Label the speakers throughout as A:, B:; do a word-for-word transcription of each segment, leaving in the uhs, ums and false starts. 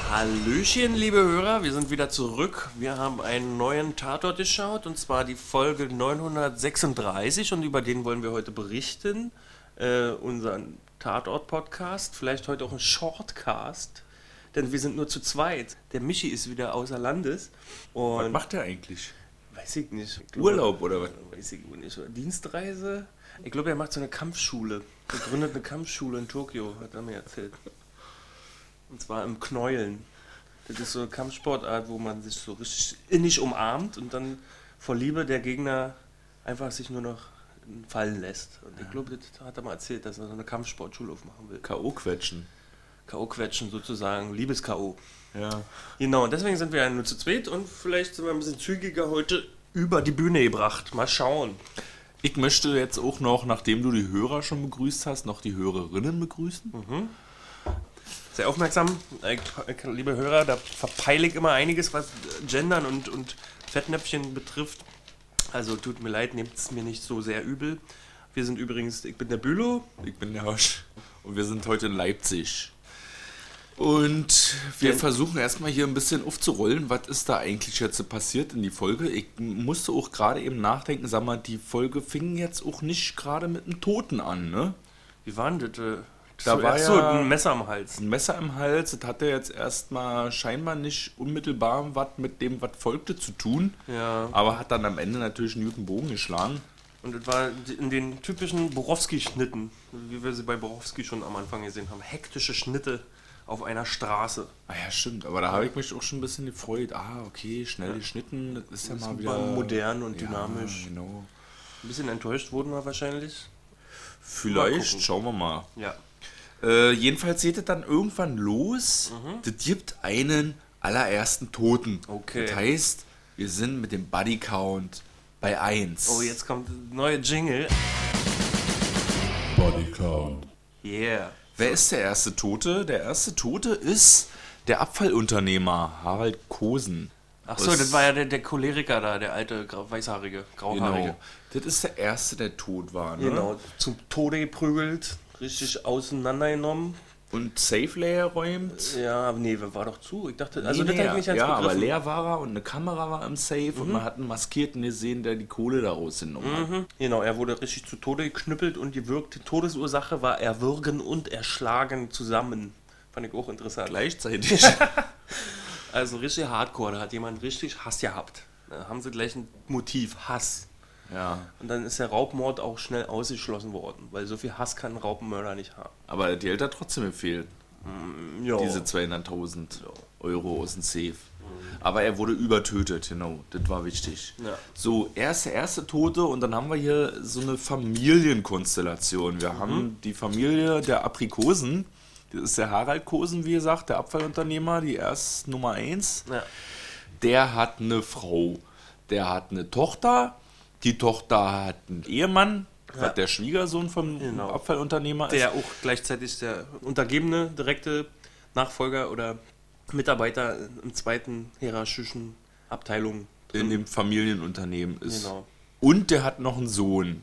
A: Hallöchen, liebe Hörer, wir sind wieder zurück. Wir haben einen neuen Tatort geschaut, und zwar die Folge neunhundertsechsunddreißig, und über den wollen wir heute berichten. Äh, unseren Tatort-Podcast, vielleicht heute auch ein Shortcast, denn wir sind nur zu zweit. Der Michi ist wieder außer Landes. Und
B: was macht der eigentlich?
A: Weiß ich nicht. Ich
B: Urlaub oder was?
A: Weiß ich nicht. Dienstreise? Ich glaube, er macht so eine Kampfschule. Er gründet eine Kampfschule in Tokio, hat er mir erzählt. Und zwar im Knäueln. Das ist so eine Kampfsportart, wo man sich so richtig innig umarmt und dann vor Liebe der Gegner einfach sich nur noch fallen lässt. Und ich glaube, das hat er mal erzählt, dass er so eine Kampfsportschule aufmachen will.
B: K O-Quetschen.
A: K O-Quetschen sozusagen, Liebes-K O.
B: Ja.
A: Genau, und deswegen sind wir ja nur zu zweit und vielleicht sind wir ein bisschen zügiger heute über die Bühne gebracht. Mal schauen.
B: Ich möchte jetzt auch noch, nachdem du die Hörer schon begrüßt hast, noch die Hörerinnen begrüßen.
A: Mhm. Sehr aufmerksam, ich, ich, liebe Hörer, da verpeile ich immer einiges, was Gendern und, und Fettnäpfchen betrifft. Also tut mir leid, nehmt es mir nicht so sehr übel. Wir sind übrigens, ich bin der Bülow.
B: Ich bin der Hosch. Und wir sind heute in Leipzig. Und wir
A: Ja.
B: versuchen erstmal hier ein bisschen aufzurollen, was ist da eigentlich jetzt passiert in die Folge. Ich musste auch gerade eben nachdenken, sag mal, die Folge fing jetzt auch nicht gerade mit einem Toten an, ne?
A: Wie war denn das? äh,
B: Da
A: so,
B: war
A: ach so,
B: ja
A: ein Messer am Hals.
B: ein Messer im Hals. Das hatte jetzt erstmal scheinbar nicht unmittelbar was mit dem, was folgte, zu tun.
A: Ja.
B: Aber hat dann am Ende natürlich einen guten Bogen geschlagen.
A: Und das war in den typischen Borowski-Schnitten, wie wir sie bei Borowski schon am Anfang gesehen haben. Hektische Schnitte auf einer Straße.
B: Ah ja, stimmt, aber da habe ich mich auch schon ein bisschen gefreut. Ah, okay, schnell geschnitten, das ist ja
A: Das
B: mal
A: ist
B: wieder
A: modern und dynamisch.
B: Ja, genau.
A: Ein bisschen enttäuscht wurden wir wahrscheinlich. Mal
B: Vielleicht,
A: gucken.
B: schauen wir mal.
A: Ja.
B: Äh, jedenfalls geht es dann irgendwann los.
A: Mhm.
B: Das gibt einen allerersten Toten.
A: Okay.
B: Das heißt, wir sind mit dem Bodycount bei eins.
A: Oh, jetzt kommt ein neuer Jingle.
C: Bodycount.
A: Yeah.
B: Wer ist der erste Tote? Der erste Tote ist der Abfallunternehmer Harald Kosen.
A: Ach so,
B: Das-
A: das war ja der, der Choleriker da, der alte grau, weißhaarige, grauhaarige.
B: Genau. Das ist der erste, der tot war. Ne?
A: Genau, zum Tode geprügelt, richtig auseinandergenommen.
B: Und Safe leer räumt.
A: Ja, aber nee, war doch zu. Ich dachte, also
B: Nee,
A: das
B: nee,
A: hat mich ganz
B: ja, aber
A: begriffen.
B: leer war er und eine Kamera war im Safe und man hat einen Maskierten gesehen, der die Kohle da rausgenommen hat.
A: Mhm. Genau, er wurde richtig zu Tode geknüppelt und gewürgt. Die Todesursache war Erwürgen und Erschlagen zusammen. Fand ich auch interessant.
B: Gleichzeitig.
A: Also richtig hardcore, da hat jemand richtig Hass gehabt. Da haben sie gleich ein Motiv, Hass.
B: Ja,
A: Und dann ist der Raubmord auch schnell ausgeschlossen worden, weil so viel Hass kann ein Raubmörder nicht haben.
B: aber die Geld hat trotzdem gefehlt.
A: Ja.
B: Diese zweihunderttausend Euro aus dem Safe. Aber er wurde übertötet, genau. Das war wichtig.
A: Ja.
B: So, er ist der erste Tote und dann haben wir hier so eine Familienkonstellation. Wir haben die Familie der Aprikosen. Das ist der Harald Kosen, wie gesagt, der Abfallunternehmer, die erst Nummer eins.
A: Ja.
B: Der hat eine Frau, der hat eine Tochter, die Tochter hat einen Ehemann,
A: Ja.
B: was der Schwiegersohn vom
A: Genau.
B: Abfallunternehmer ist.
A: Der auch gleichzeitig der untergebene, direkte Nachfolger oder Mitarbeiter im zweiten hierarchischen Abteilung.
B: in dem Familienunternehmen ist.
A: Genau.
B: Und der hat noch einen Sohn.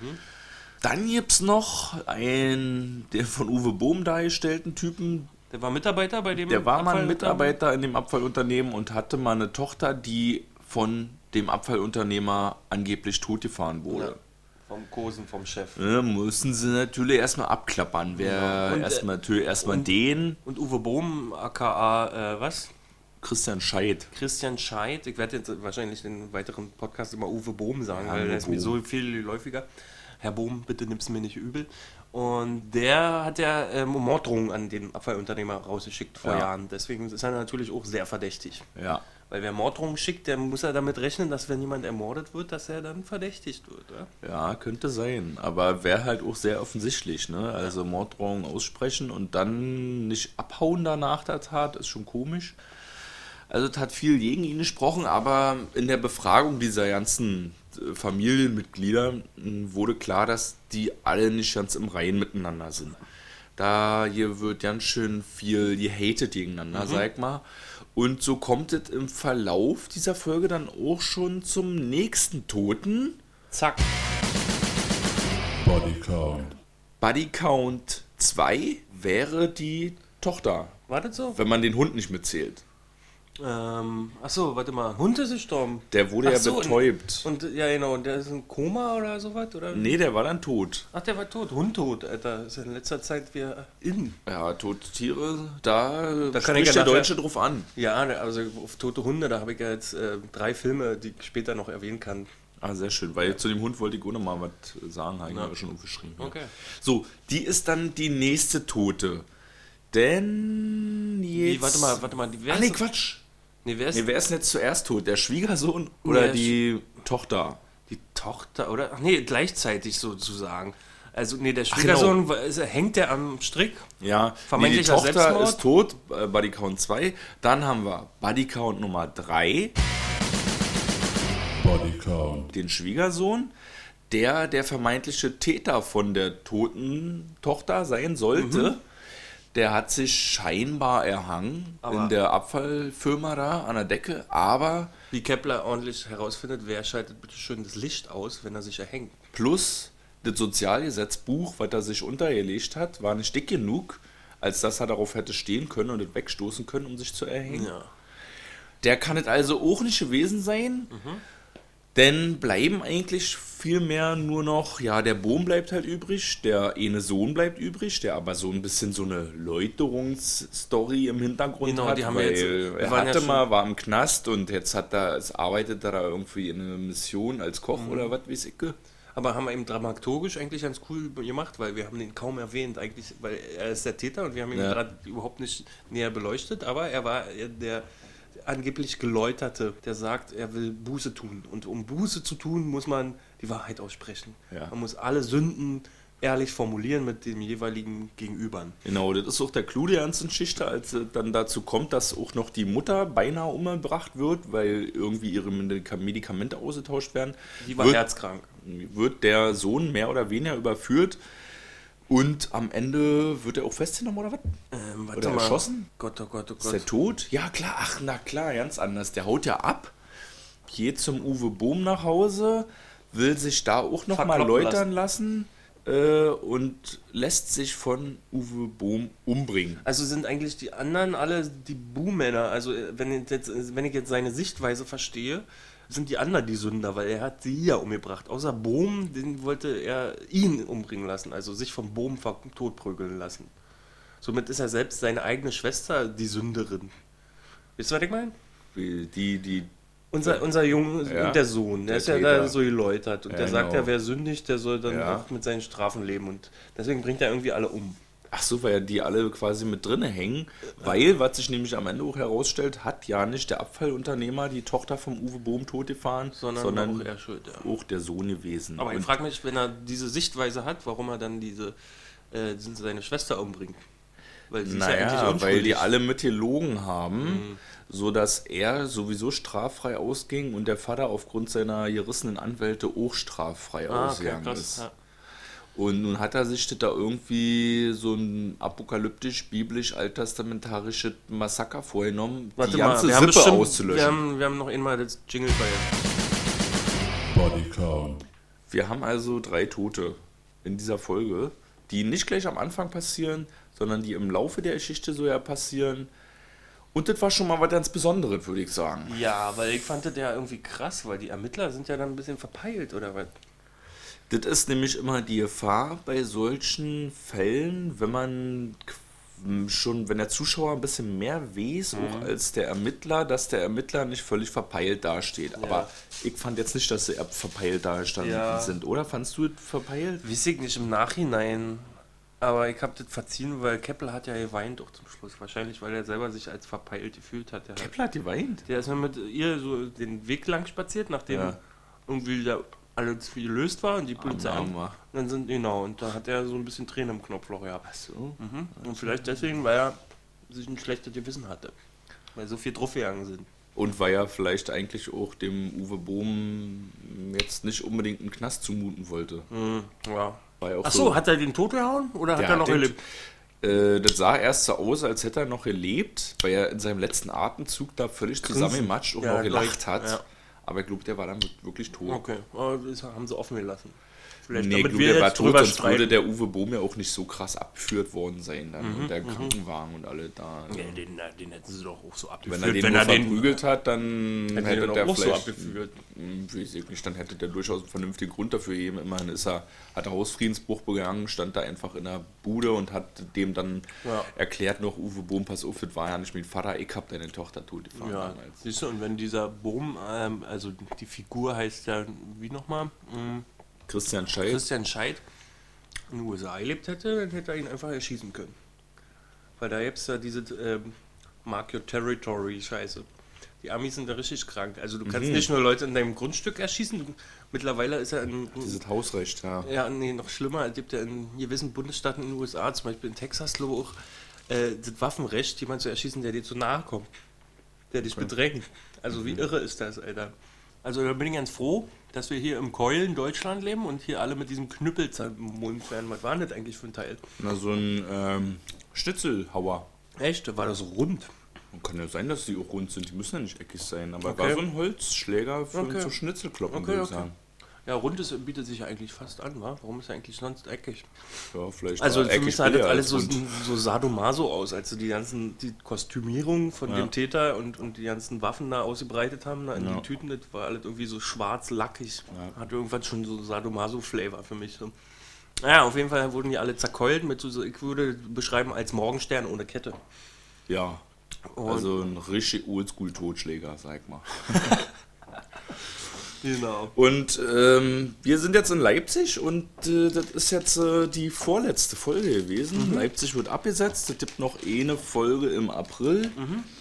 B: Dann gibt es noch einen, der von Uwe Bohm dargestellten Typen,
A: Der war Mitarbeiter bei dem
B: der war mal ein
A: Abfall-
B: Mitarbeiter in dem Abfallunternehmen und hatte mal eine Tochter, die von dem Abfallunternehmer angeblich totgefahren wurde.
A: Ja. Vom Kosen, vom Chef.
B: Ja, mussten sie natürlich erstmal abklappern. Wer
A: Genau. Und,
B: erstmal natürlich erstmal
A: und-
B: den
A: Und Uwe Bohm, aka, äh, was?
B: Christian Scheidt.
A: Christian Scheidt. Ich werde jetzt wahrscheinlich den weiteren Podcast immer Uwe Bohm sagen,
B: Ja,
A: weil
B: Uwe
A: der ist mir
B: Bohm.
A: so viel läufiger. Herr Bohm, bitte nimm's mir nicht übel. Und der hat ja ähm, Morddrohungen an den Abfallunternehmer rausgeschickt vor
B: Ja.
A: Jahren. Deswegen ist er natürlich auch sehr verdächtig.
B: Ja.
A: Weil wer Morddrohungen schickt, der muss ja damit rechnen, dass wenn jemand ermordet wird, dass er dann verdächtigt wird. Ja?
B: Ja, könnte sein. Aber wäre halt auch sehr offensichtlich, ne? Also Morddrohungen aussprechen und dann nicht abhauen danach der Tat, ist schon komisch. Also es hat viel gegen ihn gesprochen, aber in der Befragung dieser ganzen äh, Familienmitglieder mh, wurde klar, dass die alle nicht ganz im Reinen miteinander sind. Da hier wird ganz schön viel gehatet gegeneinander, sag mal. Und so kommt es im Verlauf dieser Folge dann auch schon zum nächsten Toten.
A: Zack.
C: Bodycount.
B: Buddy Count zwei wäre die Tochter
A: War das so?
B: Wenn man den Hund nicht mitzählt.
A: Ähm, achso, warte mal. Hund ist gestorben.
B: Der wurde
A: Ach
B: ja
A: so,
B: betäubt.
A: Und, und ja, genau. Und der ist in Koma oder sowas? Oder?
B: Nee, der war dann tot.
A: Ach, der war tot. Hund tot, Alter. Ist ja in letzter Zeit wieder in.
B: Ja, tote Tiere, da,
A: Da kann
B: spricht
A: ich ja
B: der
A: nachher-
B: Deutsche drauf an.
A: Ja, also auf tote Hunde, da habe ich ja jetzt äh, drei Filme, die ich später noch erwähnen kann.
B: Ah, sehr schön, weil zu dem Hund wollte ich auch noch mal was sagen, habe ich
A: Ja.
B: mir schon aufgeschrieben. ja.
A: Okay.
B: So, die ist dann die nächste Tote. Denn jetzt...
A: Wie, warte mal, warte mal. Wer
B: Ah, nee,
A: ist-
B: Quatsch.
A: Nee, wer ist
B: Nee, wer ist denn jetzt zuerst tot? Der Schwiegersohn oder
A: Nee,
B: die Tochter?
A: die Tochter? Oder? Ach nee, gleichzeitig sozusagen. Also, nee, der
B: Ach,
A: Schwiegersohn, wa- ist, hängt der am Strick?
B: Ja, nee, die
A: Vermeintlicher
B: Tochter
A: Selbstmord?
B: ist tot, äh, Bodycount zwei. Dann haben wir Bodycount Nummer drei,
C: Body Count.
B: den Schwiegersohn, der der vermeintliche Täter von der toten Tochter sein sollte. Der hat sich scheinbar erhangen
A: Aber-
B: in der Abfallfirma da an der Decke, aber
A: Wie Kepler ordentlich herausfindet, wer schaltet bitte schön das Licht aus, wenn er sich erhängt.
B: plus das Sozialgesetzbuch, was er sich untergelegt hat, war nicht dick genug, als dass er darauf hätte stehen können und es wegstoßen können, um sich zu erhängen.
A: Ja.
B: Der kann es also auch nicht gewesen sein, denn bleiben eigentlich vielmehr nur noch, ja, der Bohm bleibt halt übrig, der eine Sohn bleibt übrig, der aber so ein bisschen so eine Läuterungsstory im Hintergrund
A: Genau,
B: hat,
A: die haben wir
B: weil
A: jetzt- wir
B: er
A: waren ja
B: hatte
A: schon-
B: mal, war im Knast und jetzt hat er, es arbeitet er da irgendwie in einer Mission als Koch
A: Mhm.
B: oder was weiß ich.
A: Aber haben wir eben dramaturgisch eigentlich ganz cool gemacht, weil wir haben den kaum erwähnt, eigentlich, weil er ist der Täter und wir haben ihn
B: Ja.
A: gerade überhaupt nicht näher beleuchtet, aber er war der angeblich Geläuterte, der sagt, er will Buße tun. Und um Buße zu tun, muss man die Wahrheit aussprechen.
B: Ja.
A: Man muss alle Sünden ehrlich formulieren mit dem jeweiligen Gegenübern.
B: Genau, das ist auch der Clou der ganzen Geschichte, als es dann dazu kommt, dass auch noch die Mutter beinahe umgebracht wird, weil irgendwie ihre Medika- Medikamente ausgetauscht werden.
A: Die war
B: wird,
A: herzkrank.
B: wird der Sohn mehr oder weniger überführt und am Ende wird er auch festgenommen oder was?
A: Ähm, warte
B: Oder
A: mal.
B: erschossen?
A: Gott, oh Gott, oh
B: Ist der
A: Gott.
B: tot? Ja klar, ach na klar, ganz anders. Der haut ja ab, geht zum Uwe Bohm nach Hause, will sich da auch noch mal
A: Verkloppen
B: läutern lassen, äh, und lässt sich von Uwe Bohm umbringen.
A: Also sind eigentlich die anderen alle die Buhmänner. Also äh, wenn ich jetzt, wenn ich jetzt seine Sichtweise verstehe, sind die anderen die Sünder, weil er hat sie ja umgebracht. Außer Bohm, den wollte er ihn umbringen lassen, also sich vom Bohm ver- totprügeln lassen. Somit ist er selbst seine eigene Schwester die Sünderin. Wisst ihr, was ich meine?
B: Wie Die, die,
A: Unser, unser Junge
B: Ja,
A: und der Sohn, der,
B: der
A: ist ja
B: Täter.
A: da so geläutert und
B: Ja,
A: der sagt
B: genau.
A: ja, wer sündigt, der soll dann
B: Ja.
A: auch mit seinen Strafen leben und deswegen bringt er irgendwie alle um.
B: ach so, weil die alle quasi mit drinne hängen, weil, was sich nämlich am Ende auch herausstellt, hat ja nicht der Abfallunternehmer die Tochter vom Uwe Bohm totgefahren,
A: Sondern,
B: sondern
A: auch er schuld, ja.
B: auch der Sohn gewesen.
A: Aber ich
B: Und
A: frage mich, wenn er diese Sichtweise hat, warum er dann diese äh, seine Schwester umbringt. Weil sie ist ja eigentlich
B: Naja, weil
A: unschuldig.
B: die alle mit gelogen haben,
A: Mhm.
B: so dass er sowieso straffrei ausging und der Vater aufgrund seiner gerissenen Anwälte auch straffrei
A: Ah, okay,
B: ausgegangen
A: krass.
B: ist.
A: Ja.
B: Und nun hat er sich das da irgendwie so ein apokalyptisch, biblisch, alttestamentarisches Massaker vorgenommen,
A: Warte
B: die
A: mal,
B: ganze
A: wir haben,
B: Sippe
A: bestimmt,
B: auszulöschen.
A: wir, haben, wir haben noch einmal das Jingle feiern.
C: Body Count.
B: Wir haben also drei Tote in dieser Folge, die nicht gleich am Anfang passieren, sondern die im Laufe der Geschichte so ja passieren. Und das war schon mal was ganz Besonderes, würde ich sagen.
A: Ja, weil ich fand das ja irgendwie krass, weil die Ermittler sind ja dann ein bisschen verpeilt, oder was?
B: Das ist nämlich immer die Gefahr bei solchen Fällen, wenn man qu- schon, wenn der Zuschauer ein bisschen mehr weiß, auch als der Ermittler, dass der Ermittler nicht völlig verpeilt dasteht. Aber ich fand jetzt nicht, dass sie eher verpeilt dagestanden
A: Ja.
B: sind, oder? Fandst du es verpeilt?
A: Weiß ich nicht im Nachhinein. Aber ich habe das verziehen, weil Kepler hat ja geweint auch zum Schluss. Wahrscheinlich, weil er selber sich als verpeilt gefühlt hat. Der, hat,
B: Kepler hat geweint.
A: der ist dann mit ihr so den Weg lang spaziert, nachdem
B: Ja.
A: irgendwie da alles gelöst war und die Polizei an.
B: Armer.
A: Und dann sind, genau, und da hat er so ein bisschen Tränen im Knopfloch gehabt.
B: Ach so.
A: Mhm. Und vielleicht deswegen, weil er sich ein schlechtes Gewissen hatte. Weil so viel drauf gegangen sind.
B: Und weil er vielleicht eigentlich auch dem Uwe Bohm jetzt nicht unbedingt einen Knast zumuten wollte.
A: Mhm. Ja.
B: War ja auch
A: Ach so, hat er den tot gehauen oder hat
B: Der
A: er noch
B: den-
A: gelebt?
B: Äh, das sah erst so aus, als hätte er noch gelebt, weil er in seinem letzten Atemzug da völlig
A: Grinsen.
B: zusammengematscht und
A: Ja,
B: noch gelacht
A: gleich.
B: hat.
A: Ja.
B: Aber ich glaube, der war dann wirklich tot.
A: Okay, aber das haben sie offen gelassen. Vielleicht
B: Nee,
A: damit
B: gut,
A: wir
B: der war
A: jetzt
B: tot,
A: drüber
B: sonst würde
A: streiten.
B: der Uwe Bohm ja auch nicht so krass abgeführt worden sein. Dann
A: Mhm,
B: und der
A: mhm.
B: Krankenwagen und alle da. Also.
A: Ja, den, den hätten sie doch auch so
B: Wenn
A: abgeführt.
B: er den
A: wenn
B: nur
A: er den
B: verprügelt hat, dann
A: hätte
B: hätte
A: den
B: der
A: auch so
B: vielleicht,
A: abgeführt.
B: Hm, weiß ich nicht, dann hätte der durchaus einen vernünftigen Grund dafür gegeben. Immerhin ist er, hat er Hausfriedensbruch begangen, stand da einfach in der Bude und hat dem dann
A: Ja.
B: erklärt noch, Uwe Bohm, pass auf, das war ja nicht mein Vater, ich hab deine Tochter tot gefahren
A: Ja,
B: damals.
A: siehst du, und wenn dieser Bohm, ähm, also die Figur heißt ja, wie nochmal, ähm,
B: Christian Scheidt.
A: Christian Scheidt in den U S A gelebt hätte, dann hätte er ihn einfach erschießen können. Weil da gibt es ja diese ähm, Mark Your Territory Scheiße. Die Amis sind da richtig krank. Also du kannst
B: Mhm.
A: nicht nur Leute in deinem Grundstück erschießen, du, mittlerweile ist er in,
B: Dieses Hausrecht, ja.
A: ja, nee, noch schlimmer, es gibt ja in gewissen Bundesstaaten in den U S A, zum Beispiel in Texas, glaube ich auch, äh, das Waffenrecht, jemanden zu erschießen, der dir zu nahe kommt. Der dich bedrängt. Also wie irre ist das, Alter. Also da bin ich ganz froh, dass wir hier im Keulen Deutschland leben und hier alle mit diesem Knüppel im Mund werden. Was war denn das eigentlich für ein Teil?
B: Na, so ein ähm, Schnitzelhauer.
A: Echt? War das rund?
B: Kann ja sein, dass die auch rund sind, die müssen ja nicht eckig sein, aber
A: Okay.
B: war so ein Holzschläger für
A: Okay.
B: so Schnitzelkloppen,
A: Okay,
B: würde ich
A: okay.
B: sagen.
A: Ja, rund ist, bietet sich ja eigentlich fast an, wa? Warum ist er eigentlich sonst eckig?
B: Ja, vielleicht
A: Also
B: war
A: für
B: eckig
A: mich sah das
B: billiger
A: alles
B: als
A: so,
B: rund.
A: so sadomaso aus, als sie die ganzen die Kostümierung von
B: Ja.
A: dem Täter und, und die ganzen Waffen da ausgebreitet haben, da in
B: Ja.
A: die Tüten, das war alles irgendwie so schwarz, lackig.
B: Ja.
A: Hat irgendwann schon so Sadomaso-Flavor für mich. So. Naja, auf jeden Fall wurden die alle zerkeult mit so, ich würde beschreiben als Morgenstern ohne Kette.
B: Ja,
A: Und
B: also ein richtig Oldschool-Totschläger, sag mal.
A: genau.
B: Und ähm, wir sind jetzt in Leipzig und äh, das ist jetzt äh, die vorletzte Folge gewesen. Leipzig wird abgesetzt, es gibt noch eine Folge im April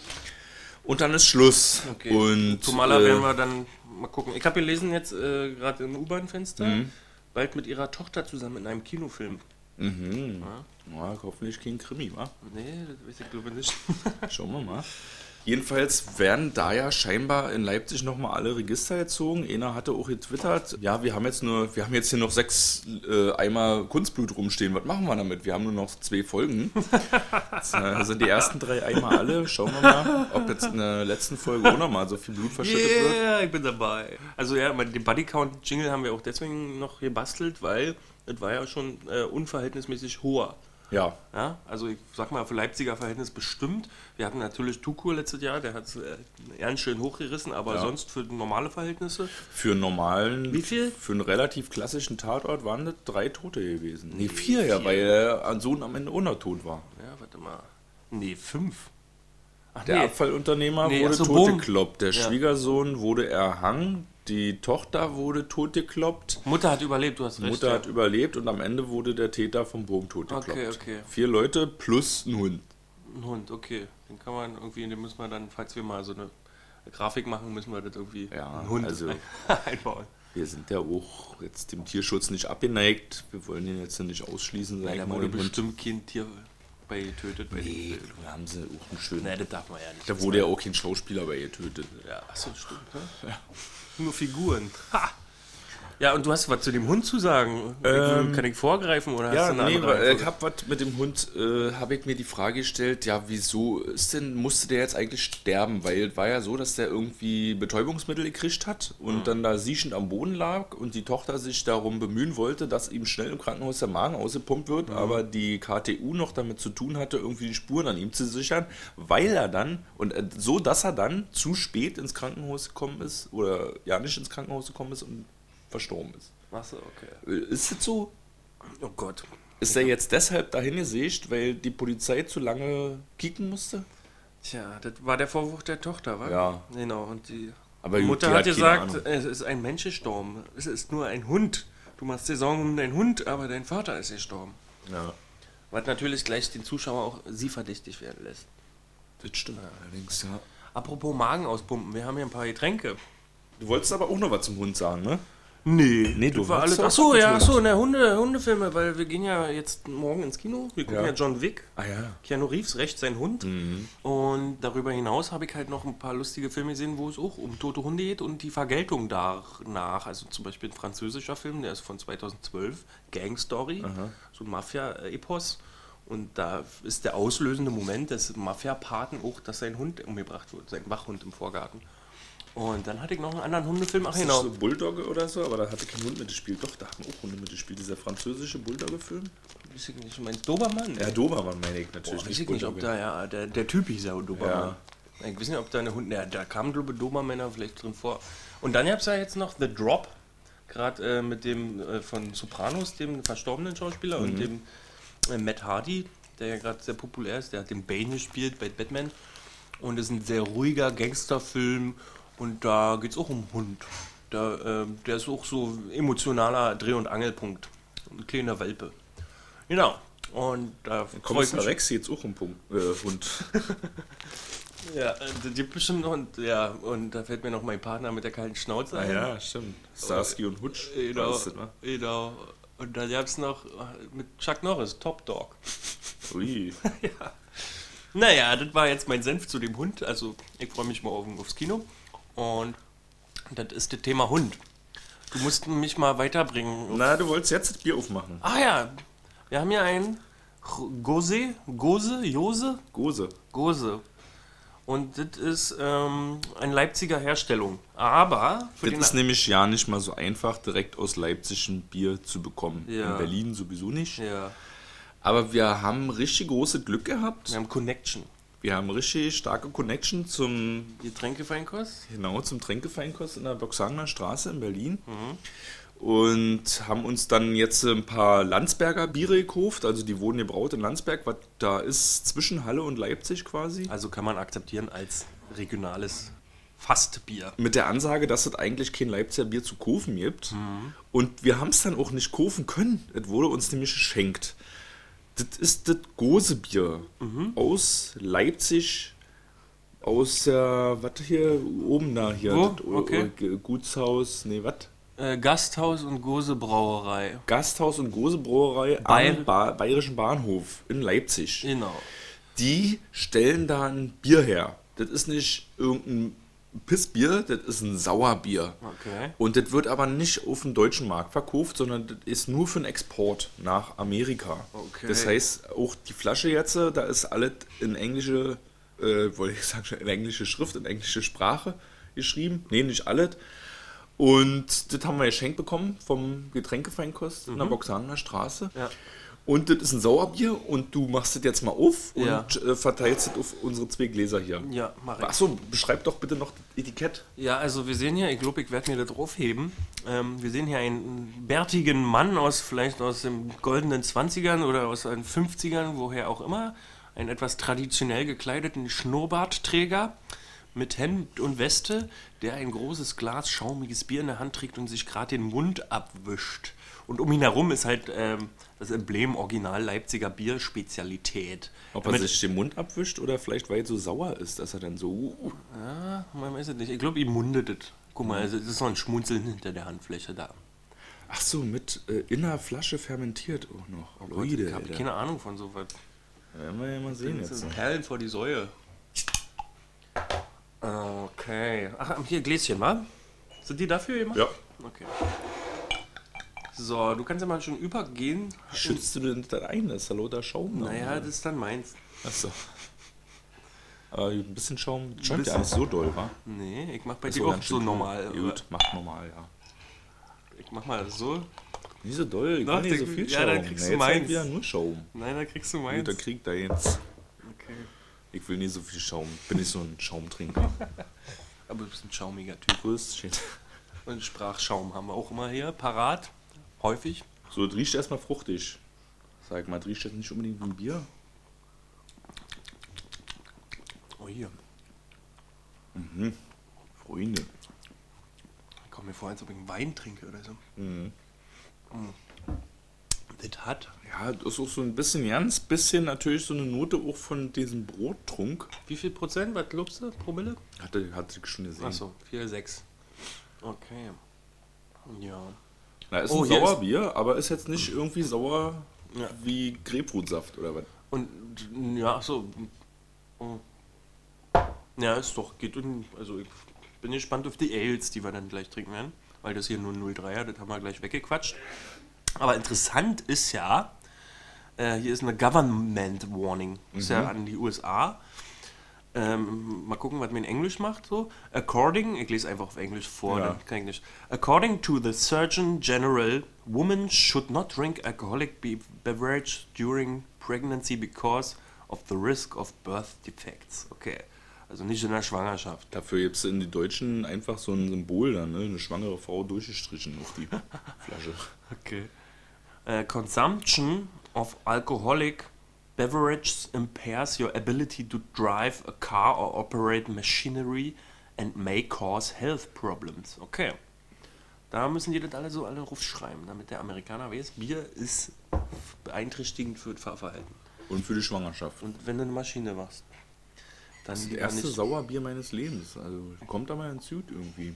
B: und dann ist Schluss.
A: Okay.
B: Und
A: Tomala
B: äh,
A: werden wir dann mal gucken. Ich habe gelesen jetzt äh, gerade im U-Bahn-Fenster,
B: Mhm.
A: bald mit ihrer Tochter zusammen in einem Kinofilm.
B: Mhm. Ja, hoffentlich kein Krimi, wa?
A: Nee, das weiß ich glaube nicht.
B: Schauen wir mal. Jedenfalls werden da ja scheinbar in Leipzig nochmal alle Register gezogen. Einer hatte auch getwittert, ja, wir haben jetzt nur, wir haben jetzt hier noch sechs äh, Eimer Kunstblut rumstehen. Was machen wir damit? Wir haben nur noch zwei Folgen. Jetzt äh, sind die ersten drei Eimer alle. Schauen wir mal, ob jetzt in der letzten Folge auch nochmal so viel Blut verschüttet wird.
A: Yeah, ich bin dabei. Also ja, den Bodycount-Jingle haben wir auch deswegen noch gebastelt, weil es war ja schon äh, unverhältnismäßig hoher.
B: Ja,
A: Ja, also ich sag mal, für Leipziger Verhältnis bestimmt. Wir hatten natürlich Tukur letztes Jahr, der hat es äh, ganz schön hochgerissen, aber
B: Ja.
A: sonst für normale Verhältnisse.
B: für einen normalen,
A: Wie viel?
B: für einen relativ klassischen Tatort waren das drei Tote gewesen. Nee, vier ja, weil der Sohn am Ende auch noch tot war.
A: Ja, warte mal. Nee, fünf. Ach
B: Der Abfallunternehmer
A: Nee,
B: wurde
A: ach so, Boom.
B: totgekloppt, der
A: Ja.
B: Schwiegersohn wurde erhangen, die Tochter wurde totgekloppt,
A: Mutter hat überlebt, du hast
B: die
A: recht.
B: Mutter
A: ja.
B: hat überlebt und am Ende wurde der Täter vom Bogen totgekloppt.
A: Okay, okay.
B: Vier Leute plus ein Hund.
A: Ein Hund, okay. Den kann man irgendwie, den müssen wir dann, falls wir mal so eine Grafik machen, müssen wir das irgendwie
B: Ja,
A: einen Hund
B: also-
A: ein- einbauen.
B: Wir sind ja auch jetzt dem Tierschutz nicht abgeneigt. Wir wollen den jetzt nicht ausschließen, sag
A: Ja,
B: ich
A: da
B: mal.
A: wurde
B: den Hund.
A: bestimmt kein Tier bei getötet. Bei
B: Nee,
A: dem
B: da haben sie auch einen schönen.
A: Nee, das darf man ja nicht.
B: Da wurde ja auch kein Schauspieler bei getötet.
A: Ja, achso, stimmt. Ne? Nur Figuren. Ha! Ja, und du hast was zu dem Hund zu sagen?
B: Ähm,
A: Kann ich vorgreifen oder
B: Ja,
A: hast du eine
B: nee,
A: andere
B: weil, ich
A: Reihenfolge?
B: hab was mit dem Hund, äh, habe ich mir die Frage gestellt, ja, wieso ist denn, musste der jetzt eigentlich sterben? Weil es war ja so, dass der irgendwie Betäubungsmittel gekriegt hat und
A: Mhm.
B: dann da siechend am Boden lag und die Tochter sich darum bemühen wollte, dass ihm schnell im Krankenhaus der Magen ausgepumpt wird,
A: Mhm.
B: aber die K T U noch damit zu tun hatte, irgendwie die Spuren an ihm zu sichern, weil er dann, und äh, so, dass er dann zu spät ins Krankenhaus gekommen ist, oder ja nicht ins Krankenhaus gekommen ist und verstorben ist.
A: Achso, okay.
B: Äh, Ist es so?
A: Oh Gott.
B: Ist er jetzt deshalb dahin gesägt, weil die Polizei zu lange kicken musste?
A: Tja, das war der Vorwurf der Tochter, wa?
B: Ja.
A: Genau, und die
B: Aber gut,
A: Mutter
B: die
A: hat
B: keine
A: gesagt,
B: Ahnung.
A: es ist ein Mensch gestorben. Es ist nur ein Hund. Du machst dir Sorgen um deinen Hund, aber dein Vater ist gestorben.
B: Ja,
A: Was natürlich gleich den Zuschauer auch sie verdächtig werden lässt.
B: das stimmt allerdings, ja.
A: Apropos Magen auspumpen, wir haben hier ein paar Getränke.
B: Du wolltest aber auch noch was zum Hund sagen, ne?
A: Nee,
B: Nee,
A: das
B: du
A: war
B: wolltest
A: alles.
B: auch
A: Achso, ja,
B: Kultur
A: achso, ne, Hunde, Hundefilme, weil wir gehen ja jetzt morgen ins Kino. Wir gucken
B: Ja.
A: ja, John Wick.
B: Ah ja.
A: Keanu Reeves, recht sein Hund.
B: Mhm.
A: Und darüber hinaus habe ich halt noch ein paar lustige Filme gesehen, wo es auch um tote Hunde geht und die Vergeltung danach. Also zum Beispiel ein französischer Film, der ist von zweitausendzwölf, Gang Story, so ein Mafia-Epos. Und da ist der auslösende Moment des Mafia-Paten auch, dass sein Hund umgebracht wird, sein Wachhund im Vorgarten. Und dann hatte ich noch einen anderen Hundefilm. Ach
B: Ist das
A: genau.
B: so Bulldogge oder so, aber da hatte kein Hund mitgespielt. Doch, da haben auch Hunde mitgespielt. Dieser französische Bulldogge-Film?
A: Weiß ich nicht, du meinst Dobermann?
B: Ja, Dobermann meine ich natürlich.
A: Boah, weiß ich nicht, ob da, ja, der, der Typ hieß ja Dobermann. Ja. Ich weiß nicht, ob da eine Hunde, ja, da kamen, glaube ich, Dobermänner vielleicht drin vor. Und dann gab es ja jetzt noch The Drop, gerade äh, mit dem äh, von Sopranos, dem verstorbenen Schauspieler, mhm. und dem äh, Matt Hardy, der ja gerade sehr populär ist, der hat den Bane gespielt bei Batman. Und es ist ein sehr ruhiger Gangsterfilm und da geht es auch um Hund. Da, äh, der ist auch so emotionaler Dreh- und Angelpunkt. Ein kleiner Welpe. Genau. Und da
B: Kommissar Rex jetzt auch um Punkt, äh, Hund.
A: Ja, das gibt bestimmt noch, und, ja, und da fällt mir noch mein Partner mit der kalten Schnauze ein.
B: Ah ja, stimmt. Starsky und Hutch.
A: Genau, das, genau. Und dann gab es noch mit Chuck Norris, Top Dog.
B: Ui.
A: Ja. Naja, das war jetzt mein Senf zu dem Hund. Also ich freue mich mal auf, aufs Kino. Und das ist das Thema Hund. Du musst mich mal weiterbringen.
B: Na, du wolltest jetzt das Bier aufmachen.
A: Ah ja, wir haben hier einen Gose, Gose, Jose?
B: Gose.
A: Gose. Und das ist ähm, eine Leipziger Herstellung. Aber...
B: Für das ist nämlich ja nicht mal so einfach, direkt aus Leipzig ein Bier zu bekommen.
A: Ja.
B: In Berlin sowieso nicht.
A: Ja.
B: Aber wir haben richtig große Glück gehabt.
A: Wir haben Connection.
B: Wir haben richtig starke Connection zum...
A: Getränkefeinkost?
B: Genau, zum Tränkefeinkost in der Boxhagener Straße in Berlin. Mhm. Und haben uns dann jetzt ein paar Landsberger Biere gekauft. Also die wurden gebraut in Landsberg, was da ist zwischen Halle und Leipzig quasi.
A: Also kann man akzeptieren als regionales Fastbier.
B: Mit der Ansage, dass es eigentlich kein Leipziger Bier zu kaufen gibt. Mhm. Und wir haben es dann auch nicht kaufen können. Es wurde uns nämlich geschenkt. Das ist das Gose-Bier mhm. aus Leipzig, aus der, was hier, oben da hier,
A: Wo?
B: das
A: Okay.
B: Gutshaus, nee, was?
A: Äh, Gasthaus und Gose Brauerei.
B: Gasthaus und Gose Brauerei
A: Bayer-
B: am ba- Bayerischen Bahnhof in Leipzig.
A: Genau.
B: Die stellen da ein Bier her. Das ist nicht irgendein Pissbier, das ist ein Sauerbier.
A: Okay.
B: Und das wird aber nicht auf dem deutschen Markt verkauft, sondern das ist nur für den Export nach Amerika.
A: Okay.
B: Das heißt, auch die Flasche jetzt, da ist alles in englische, äh, wollte ich sagen, in englische Schrift, in englische Sprache geschrieben. Nee, nicht alles. Und das haben wir geschenkt bekommen vom Getränkefeinkost mhm. in der Boxhagener Straße.
A: Ja.
B: Und das ist ein Sauerbier und du machst das jetzt mal auf und
A: Ja.
B: äh, verteilst das auf unsere zwei Gläser hier.
A: Ja, mach ich.
B: Achso, beschreib doch bitte noch das Etikett.
A: Ja, also wir sehen hier, ich glaube, ich werde mir das draufheben. Ähm, wir sehen hier einen bärtigen Mann aus vielleicht aus den goldenen zwanzigern oder aus den fünfzigern, woher auch immer. Einen etwas traditionell gekleideten Schnurrbartträger mit Hemd und Weste, der ein großes Glas schaumiges Bier in der Hand trägt und sich gerade den Mund abwischt. Und um ihn herum ist halt ähm, das Emblem Original Leipziger Bier-Spezialität.
B: Ob er sich den Mund abwischt oder vielleicht, weil er so sauer ist, dass er dann so... Uh,
A: Ja, man weiß es nicht. Ich glaube, ihm mundet es. Guck mal, also es ist noch ein Schmunzeln hinter der Handfläche da.
B: ach so, mit äh, in der Flasche fermentiert auch noch.
A: Oh Gott, ich habe keine Ahnung von sowas.
B: Ja, werden wir ja mal sehen
A: Das
B: jetzt.
A: sind Perlen vor die Säue. Okay. Ach, hier Gläschen, wa? Sind die dafür gemacht?
B: Ja.
A: Okay. So, du kannst ja mal schon übergehen.
B: Schützt du denn da ein? Das ist ja lauter Schaum. noch,
A: Naja,
B: oder?
A: das ist dann meins.
B: Achso. Aber ein bisschen Schaum
A: Ein
B: scheint ja
A: bisschen.
B: nicht so doll, wa?
A: Nee, ich mach bei
B: Ist
A: dir
B: so
A: auch
B: ganz
A: so
B: schön
A: normal.
B: cool.
A: aber
B: Gut, mach normal, ja.
A: Ich mach mal so.
B: Nicht so doll, ich
A: Doch,
B: will nicht so
A: dann-
B: viel
A: ja,
B: Schaum.
A: dann kriegst
B: Na,
A: du
B: jetzt halt
A: meins.
B: wieder nur Schaum.
A: Nein, da kriegst du
B: Gut,
A: meins.
B: dann kriegt er jetzt.
A: Okay.
B: Ich will nicht so viel Schaum. Bin nicht so ein Schaumtrinker.
A: Aber du bist ein schaumiger Typ.
B: Grüßchen.
A: Und Sprachschaum haben wir auch immer hier parat. Häufig.
B: So, das riecht erstmal fruchtig. Sag mal, das riecht das nicht unbedingt wie ein Bier?
A: Oh, hier.
B: Mhm. Freunde.
A: Ich komme mir vor, als ob ich einen Wein trinke oder so.
B: Mhm.
A: Das hat.
B: Ja, das ist auch so ein bisschen, ganz bisschen natürlich so eine Note auch von diesem Brottrunk.
A: Wie viel Prozent? Was glaubst du? Promille?
B: Hatte, hatte ich schon gesehen.
A: Achso, vier, sechs. Okay. Ja.
B: Na, ist
A: Oh,
B: ein
A: hier ist-
B: Sauerbier, aber ist jetzt nicht irgendwie sauer
A: Ja.
B: wie Grapefruitsaft oder was?
A: Und ja, ach so. Ja, ist doch, geht in, also ich bin gespannt auf die Ales, die wir dann gleich trinken werden, weil das hier nur ein null Komma dreier, das haben wir gleich weggequatscht. Aber interessant ist ja, äh, hier ist eine Government Warning, ist ja an die U S A. Ähm, mal gucken, was mir in Englisch macht. So. According, ich lese einfach auf Englisch vor,
B: Ja.
A: dann kann ich nicht. According to the Surgeon General, women should not drink alcoholic be- beverage during pregnancy because of the risk of birth defects. Okay, also nicht in der Schwangerschaft.
B: Dafür gibt es in die Deutschen einfach so ein Symbol dann, ne? Eine schwangere Frau durchgestrichen auf die Flasche.
A: Okay. Uh, consumption of alcoholic beverages impairs your ability to drive a car or operate machinery and may cause health problems. Okay. Da müssen die das alle so alle raufschreiben, damit der Amerikaner weiß, Bier ist beeinträchtigend für das Fahrverhalten.
B: Und für die Schwangerschaft.
A: Und wenn du eine Maschine machst, dann
B: Das ist das
A: lieber
B: erste
A: nicht.
B: Sauerbier meines Lebens. Also kommt aber ins Süd irgendwie.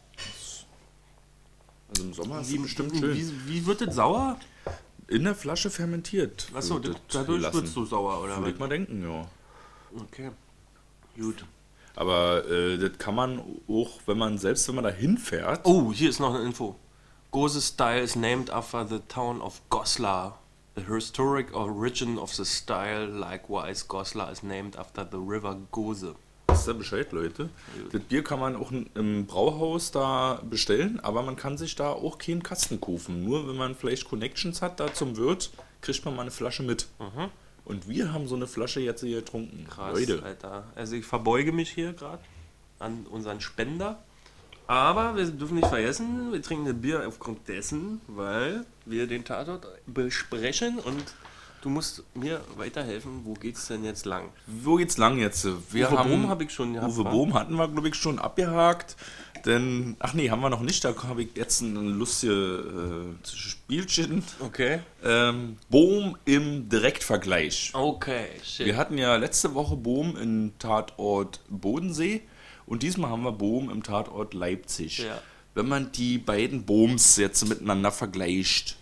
B: Also im Sommer ist es
A: Wie,
B: bestimmt schön.
A: wie, wie wird das sauer?
B: In der Flasche fermentiert.
A: Achso,
B: wird das
A: dadurch
B: gelassen.
A: wird es so sauer, oder
B: Würde ich
A: was?
B: mal denken, ja.
A: Okay. Gut.
B: Aber äh, das kann man auch, wenn man selbst, wenn man da hinfährt.
A: Oh, hier ist noch eine Info. Gose style is named after the town of Goslar. The historic origin of the style, likewise Goslar is named after the river Gose.
B: Wisst ihr Bescheid, Leute? Das Bier kann man auch im Brauhaus da bestellen, aber man kann sich da auch keinen Kasten kaufen. Nur wenn man vielleicht Connections hat da zum Wirt, kriegt man mal eine Flasche mit.
A: Mhm.
B: Und wir haben so eine Flasche jetzt hier getrunken.
A: Krass,
B: Leute.
A: Alter. Also ich verbeuge mich hier gerade an unseren Spender. Aber wir dürfen nicht vergessen, wir trinken das Bier aufgrund dessen, weil wir den Tatort besprechen und du musst mir weiterhelfen, wo geht's denn jetzt lang?
B: Wo geht's lang jetzt? Wir
A: Uwe
B: haben,
A: Bohm habe ich schon gehabt.
B: Uwe
A: wa?
B: Bohm hatten wir, glaube ich, schon abgehakt. Denn, ach nee, haben wir noch nicht. Da habe ich jetzt ein lustiges äh, Spielchen.
A: Okay.
B: Ähm, Bohm im Direktvergleich.
A: Okay, shit.
B: Wir hatten ja letzte Woche Bohm im Tatort Bodensee und diesmal haben wir Bohm im Tatort Leipzig.
A: Ja.
B: Wenn man die beiden Bohms jetzt miteinander vergleicht,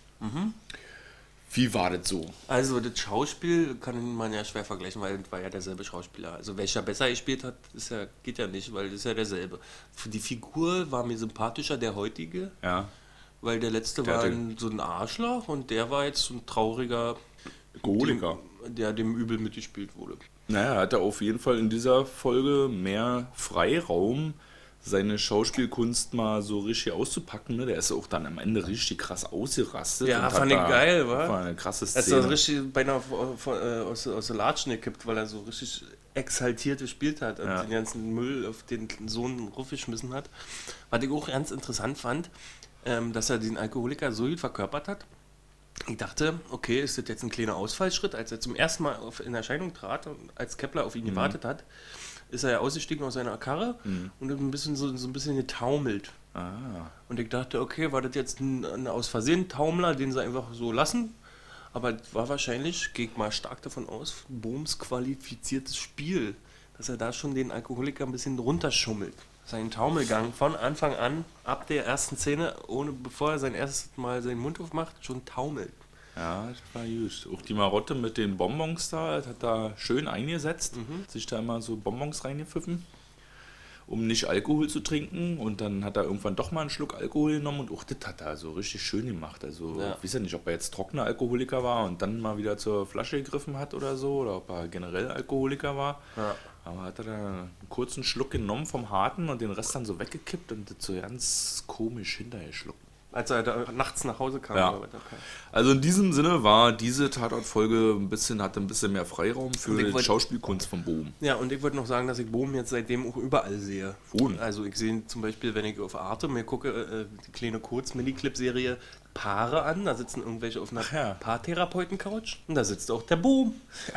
B: wie war das so?
A: Also das Schauspiel kann man ja schwer vergleichen, weil das war ja derselbe Schauspieler. Also welcher besser gespielt hat, ist ja, geht ja nicht, weil das ist ja derselbe. Für die Figur war mir sympathischer der heutige,
B: Ja,
A: weil der letzte
B: Der
A: war
B: hatte-
A: ein, so ein Arschloch und der war jetzt so ein trauriger,
B: Alkoholiker.
A: dem, der dem übel mitgespielt wurde.
B: Naja, er hatte auf jeden Fall in dieser Folge mehr Freiraum, seine Schauspielkunst mal so richtig auszupacken. Ne? Der ist auch dann am Ende richtig krass ausgerastet.
A: Ja,
B: und
A: fand
B: hat
A: ich
B: da-
A: geil, wa?
B: War eine krasse
A: Er ist
B: Szene.
A: so richtig beinahe von, von, äh, aus, aus der Latschen gekippt, weil er so richtig exaltiert gespielt hat und
B: Ja.
A: den ganzen Müll auf den Sohn raufgeschmissen hat. Was ich auch ganz interessant fand, ähm, dass er den Alkoholiker so gut verkörpert hat. Ich dachte, okay, ist das jetzt ein kleiner Ausfallschritt, als er zum ersten Mal auf, in Erscheinung trat und als Kepler auf ihn gewartet hat, ist er ja ausgestiegen aus seiner Karre und ein bisschen so, so ein bisschen getaumelt.
B: Ah,
A: Und ich dachte, okay, war das jetzt ein, ein aus Versehen Taumler, den sie einfach so lassen? Aber es war wahrscheinlich, gehe ich mal stark davon aus, Bohms qualifiziertes Spiel, dass er da schon den Alkoholiker ein bisschen runterschummelt. Sein Taumelgang von Anfang an, ab der ersten Szene, ohne bevor er sein erstes Mal seinen Mund aufmacht, schon taumelt.
B: ja, das war gut. Auch die Marotte mit den Bonbons da, das hat da schön eingesetzt. Sich da immer so Bonbons reingepfiffen, um nicht Alkohol zu trinken. Und dann hat er irgendwann doch mal einen Schluck Alkohol genommen und auch das hat er so richtig schön gemacht. Also
A: Ja.
B: ich weiß ja nicht, ob er jetzt trockener Alkoholiker war und dann mal wieder zur Flasche gegriffen hat oder so, oder ob er generell Alkoholiker war.
A: Ja.
B: Aber hat er da einen kurzen Schluck genommen vom Harten und den Rest dann so weggekippt und das so ganz komisch hinterherschluckt.
A: Als er da nachts nach Hause kam.
B: Ja.
A: oder was, okay.
B: Also in diesem Sinne war diese Tatortfolge ein bisschen, hatte ein bisschen mehr Freiraum für
A: Und ich
B: die
A: wollt-
B: Schauspielkunst von Bohm.
A: Ja, und ich wollte noch sagen, dass ich Bohm jetzt seitdem auch überall sehe.
B: Wo denn?
A: Also ich sehe zum Beispiel, wenn ich auf Arte mir gucke, äh, die kleine Kurz-Mini-Clip-Serie Paare an, da sitzen irgendwelche auf einer
B: Ach ja.
A: Paartherapeuten-Couch und da sitzt auch der Bohm.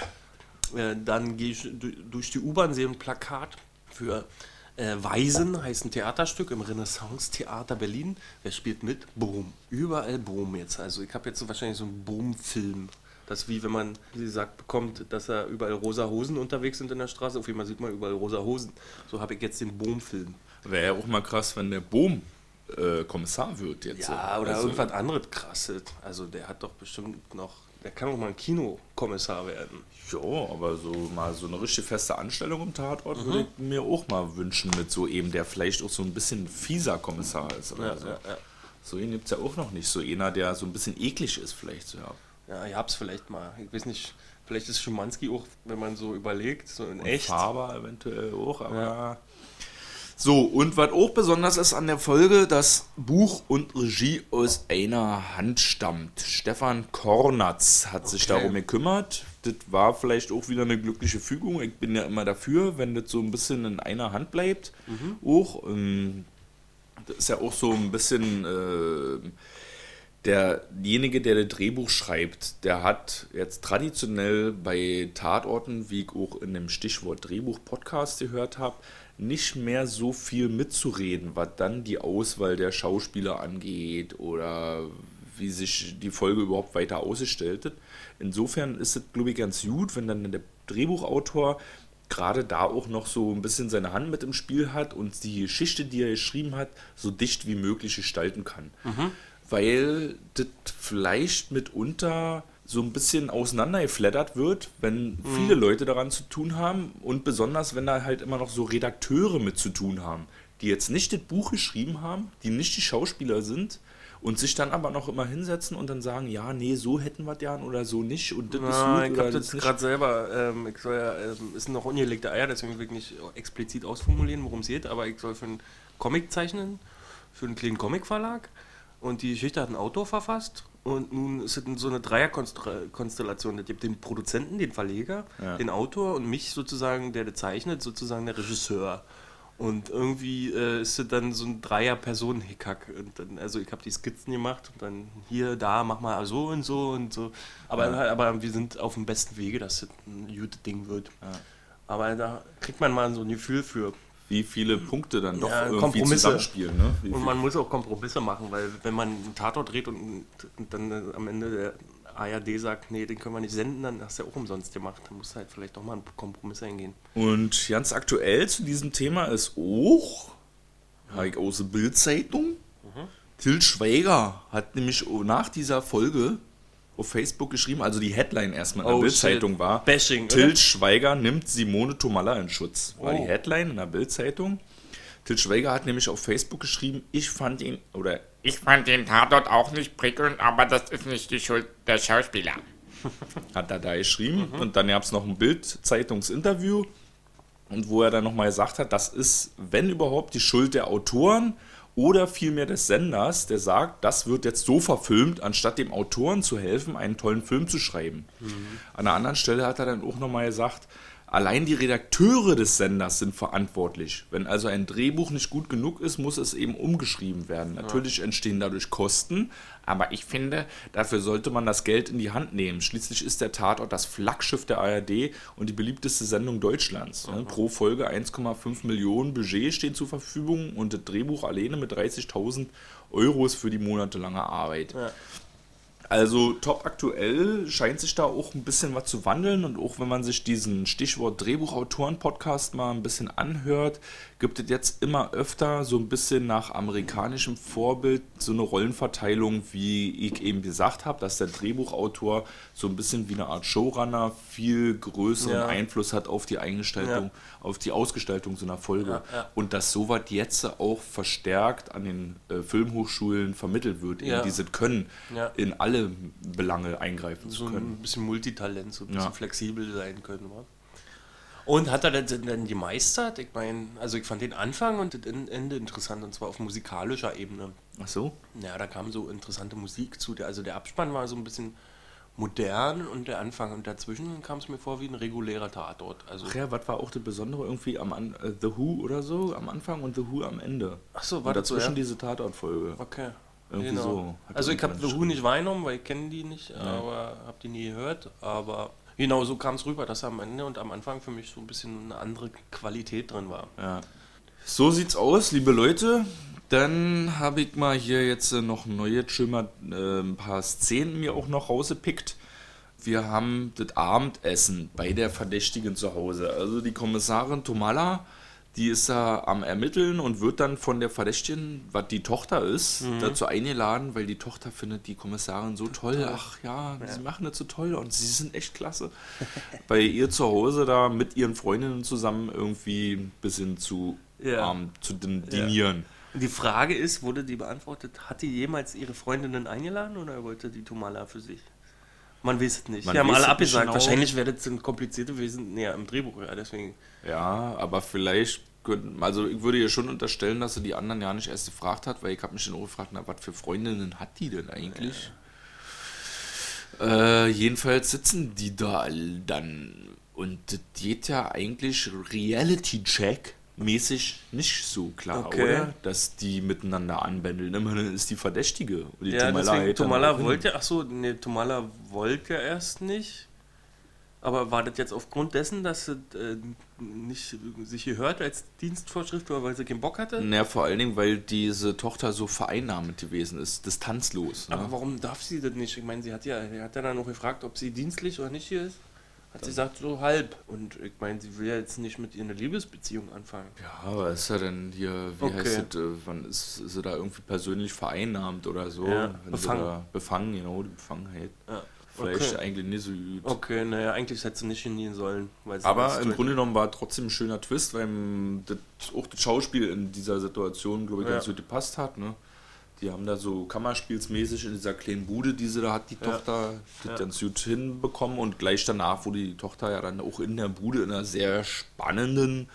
A: Äh, dann gehe ich du- durch die U-Bahn, sehe ein Plakat für äh, Waisen, heißt ein Theaterstück im Renaissance-Theater Berlin. Wer spielt mit? Bohm. Überall Bohm jetzt. Also ich habe jetzt so wahrscheinlich so einen Bohm-Film. Das ist wie wenn man, wie sie sagt, bekommt, dass da überall rosa Hosen unterwegs sind in der Straße. Auf jeden Fall sieht man überall rosa Hosen. So habe ich jetzt den Bohm-Film.
B: Wäre ja auch mal krass, wenn der Bohm äh, Kommissar wird jetzt.
A: Ja, oder
B: also,
A: irgendwas anderes krasses. Also der hat doch bestimmt noch, der kann doch mal ein Kinokommissar werden.
B: Ja, aber so mal so eine richtig feste Anstellung im Tatort
A: Mhm.
B: würde ich mir auch mal wünschen mit so eben, der vielleicht auch so ein bisschen fieser Kommissar ist oder
A: Ja,
B: so.
A: ja, ja.
B: So ihn gibt es ja auch noch nicht. So einer, der so ein bisschen eklig ist vielleicht. So, ja.
A: Ja, ich hab's vielleicht mal. Ich weiß nicht, Vielleicht ist Schimanski auch, wenn man so überlegt, so in
B: Und
A: echt.
B: Faber eventuell auch, aber...
A: Ja.
B: So, und was auch besonders ist an der Folge, dass Buch und Regie aus einer Hand stammt. Stefan Kornatz hat sich
A: Okay.
B: darum gekümmert. Das war vielleicht auch wieder eine glückliche Fügung. Ich bin ja immer dafür, wenn das so ein bisschen in einer Hand bleibt.
A: Mhm.
B: Auch, ähm, das ist ja auch so ein bisschen... Äh, derjenige, der das Drehbuch schreibt, der hat jetzt traditionell bei Tatorten, wie ich auch in dem Stichwort Drehbuch-Podcast gehört habe, nicht mehr so viel mitzureden, was dann die Auswahl der Schauspieler angeht oder wie sich die Folge überhaupt weiter ausgestaltet. Insofern ist es, glaube ich, ganz gut, wenn dann der Drehbuchautor gerade da auch noch so ein bisschen seine Hand mit im Spiel hat und die Geschichte, die er geschrieben hat, so dicht wie möglich gestalten kann.
A: Mhm.
B: Weil das vielleicht mitunter so ein bisschen auseinandergeflattert wird, wenn viele Leute daran zu tun haben und besonders, wenn da halt immer noch so Redakteure mit zu tun haben, die jetzt nicht das Buch geschrieben haben, die nicht die Schauspieler sind und sich dann aber noch immer hinsetzen und dann sagen, ja, nee, so hätten wir es gern oder so nicht und das
A: Na,
B: ist gut
A: ich
B: oder
A: hab
B: das
A: das
B: ist nicht.
A: gerade selber, ähm, ich soll ja, ähm, ist noch ungelegte Eier, deswegen will ich nicht explizit ausformulieren, worum es geht, aber ich soll für einen Comic zeichnen, für einen kleinen Comicverlag und die Geschichte hat ein Autor verfasst und nun ist es so eine Dreierkonstellation. Es gibt den Produzenten, den Verleger,
B: Ja.
A: den Autor und mich sozusagen, der das zeichnet, sozusagen der Regisseur. Und irgendwie äh, ist es dann so ein Dreier-Personen-Hickhack. Und dann, also ich habe die Skizzen gemacht und dann hier, da, mach mal so und so und so. Aber,
B: Ja.
A: aber wir sind auf dem besten Wege, dass es ein gutes Ding wird.
B: Ja.
A: Aber da kriegt man mal so ein Gefühl für.
B: Wie viele Punkte dann doch
A: Ja,
B: irgendwie
A: Kompromisse.
B: zusammenspielen. Ne? Wie
A: Und
B: viel-
A: man muss auch Kompromisse machen, weil wenn man einen Tatort dreht und, und dann äh, am Ende der A R D sagt, nee, den können wir nicht senden, dann hast du ja auch umsonst gemacht. Dann musst du halt vielleicht doch mal einen Kompromiss eingehen.
B: Und ganz aktuell zu diesem Thema ist auch, habe ich aus der Bild-Zeitung, Til Schweiger hat nämlich nach dieser Folge auf Facebook geschrieben, also die Headline erstmal in der
A: Oh,
B: Bild-Zeitung
A: shit.
B: war,
A: Bashing,
B: Til
A: oder?
B: Schweiger nimmt Simone Tomalla in Schutz. War
A: Oh.
B: die Headline in der Bild-Zeitung. Til Schweiger hat nämlich auf Facebook geschrieben, ich fand ihn, oder
C: Ich fand den Tatort auch nicht prickelnd, aber das ist nicht die Schuld der Schauspieler.
B: hat er da geschrieben. Und dann gab es noch ein Bild-Zeitungsinterview, und wo er dann nochmal gesagt hat, das ist, wenn überhaupt, die Schuld der Autoren oder vielmehr des Senders, der sagt, das wird jetzt so verfilmt, anstatt dem Autoren zu helfen, einen tollen Film zu schreiben. An einer anderen Stelle hat er dann auch nochmal gesagt, allein die Redakteure des Senders sind verantwortlich. Wenn also ein Drehbuch nicht gut genug ist, muss es eben umgeschrieben werden. Natürlich entstehen dadurch Kosten, aber ich finde, dafür sollte man das Geld in die Hand nehmen. Schließlich ist der Tatort das Flaggschiff der A R D und die beliebteste Sendung Deutschlands. Ne? Pro Folge eins Komma fünf Millionen Budget stehen zur Verfügung und das Drehbuch alleine mit dreißigtausend Euros für die monatelange Arbeit.
A: Ja.
B: Also top aktuell scheint sich da auch ein bisschen was zu wandeln und auch wenn man sich diesen Stichwort Drehbuchautoren-Podcast mal ein bisschen anhört, gibt es jetzt immer öfter so ein bisschen nach amerikanischem Vorbild so eine Rollenverteilung, wie ich eben gesagt habe, dass der Drehbuchautor so ein bisschen wie eine Art Showrunner viel größeren
A: Ja.
B: Einfluss hat auf die Eingestaltung, auf die Ausgestaltung so einer Folge.
A: Ja, ja.
B: Und dass sowas jetzt auch verstärkt an den äh, Filmhochschulen vermittelt wird, eben
A: Ja.
B: diese können
A: Ja.
B: in alle Belange eingreifen
A: So
B: zu können.
A: ein bisschen Multitalent, so ein bisschen
B: Ja.
A: flexibel sein können. Wa? Und hat er das denn gemeistert? Ich meine, also ich fand den Anfang und das Ende interessant, und zwar auf musikalischer Ebene.
B: Ach so?
A: Ja, da kam so interessante Musik zu. Der, also der Abspann war so ein bisschen modern und der Anfang. Und dazwischen kam es mir vor wie ein regulärer Tatort. Also,
B: Ach ja, was war auch das Besondere irgendwie am An äh, The Who oder so am Anfang und The Who am Ende?
A: ach so, war
B: Und
A: das so,
B: dazwischen
A: ja?
B: diese Tatortfolge.
A: Okay.
B: Irgendwie
A: Genau.
B: so. Hat
A: Also ich habe
B: irgendjemand
A: The Who nicht wahrgenommen, weil ich kenne die nicht,
B: Ja.
A: aber habe die nie gehört. Aber genau so kam es rüber, dass am Ende und am Anfang für mich so ein bisschen eine andere Qualität drin war.
B: Ja. So sieht's aus, liebe Leute. Dann habe ich mal hier jetzt äh, noch neue Schimmer, äh, ein paar Szenen mir auch noch rausgepickt. Wir haben das Abendessen bei der Verdächtigen zu Hause. Also die Kommissarin Tomalla, die ist da am Ermitteln und wird dann von der Verdächtigen, was die Tochter ist, dazu eingeladen, weil die Tochter findet die Kommissarin so toll. Ach ja, sie machen das so toll und sie sind echt klasse. Bei ihr zu Hause da mit ihren Freundinnen zusammen irgendwie ein bisschen zu,
A: Ja.
B: ähm, zu din- dinieren.
A: Und die Frage ist, wurde die beantwortet, hat die jemals ihre Freundinnen eingeladen oder wollte die Tomala für sich? Man weiß es nicht.
B: Man
A: Die haben
B: weiß
A: alle
B: es
A: abgesagt.
B: nicht genau.
A: Wahrscheinlich wäre das ein kompliziertes gewesen. Nee, im Drehbuch, ja, deswegen.
B: Ja, aber vielleicht könnten, also ich würde ihr schon unterstellen, dass sie die anderen ja nicht erst gefragt hat, weil ich habe mich dann auch gefragt, na, was für Freundinnen hat die denn eigentlich? Ja. Äh, jedenfalls sitzen die da all dann und das geht ja eigentlich Reality-Check mäßig nicht so klar,
A: Okay.
B: oder? Dass die miteinander anbändeln. Immerhin ist die Verdächtige. Und die
A: Ja,
B: Tomala
A: deswegen,
B: hält dann
A: Tomala
B: auch hin.
A: wollte ja, ach so, nee, Tomala wollte ja erst nicht. Aber war das jetzt aufgrund dessen, dass sie äh, nicht sich gehört als Dienstvorschrift oder weil sie keinen Bock hatte?
B: Naja, vor allen Dingen, weil diese Tochter so vereinnahmend gewesen ist, distanzlos. Ne?
A: Aber warum darf sie das nicht? Ich meine, sie hat ja, sie hat ja dann noch gefragt, ob sie dienstlich oder nicht hier ist. Hat sie gesagt, so halb. Und ich meine, sie will ja jetzt nicht mit ihr eine Liebesbeziehung anfangen.
B: Ja, aber ist ja denn hier, wie
A: Okay.
B: heißt das, äh, wann ist, ist sie da irgendwie persönlich vereinnahmt oder so?
A: Ja,
B: Wenn
A: befangen.
B: Sie da befangen, genau, die Befangenheit.
A: Ja.
B: Vielleicht
A: Okay.
B: eigentlich nicht so gut.
A: Okay, naja, eigentlich hätte sie nicht hingehen sollen. Weil sie
B: Aber
A: was
B: im
A: tut.
B: Grunde genommen war trotzdem ein schöner Twist, weil ihm das, auch das Schauspiel in dieser Situation, glaube ich, ganz
A: Ja.
B: gut gepasst hat. Ne? Die haben da so kammerspielsmäßig in dieser kleinen Bude, die sie da hat, die
A: Ja.
B: Tochter, das
A: Ja.
B: ganz gut hinbekommen. Und gleich danach wurde die Tochter ja dann auch in der Bude in einer sehr spannenden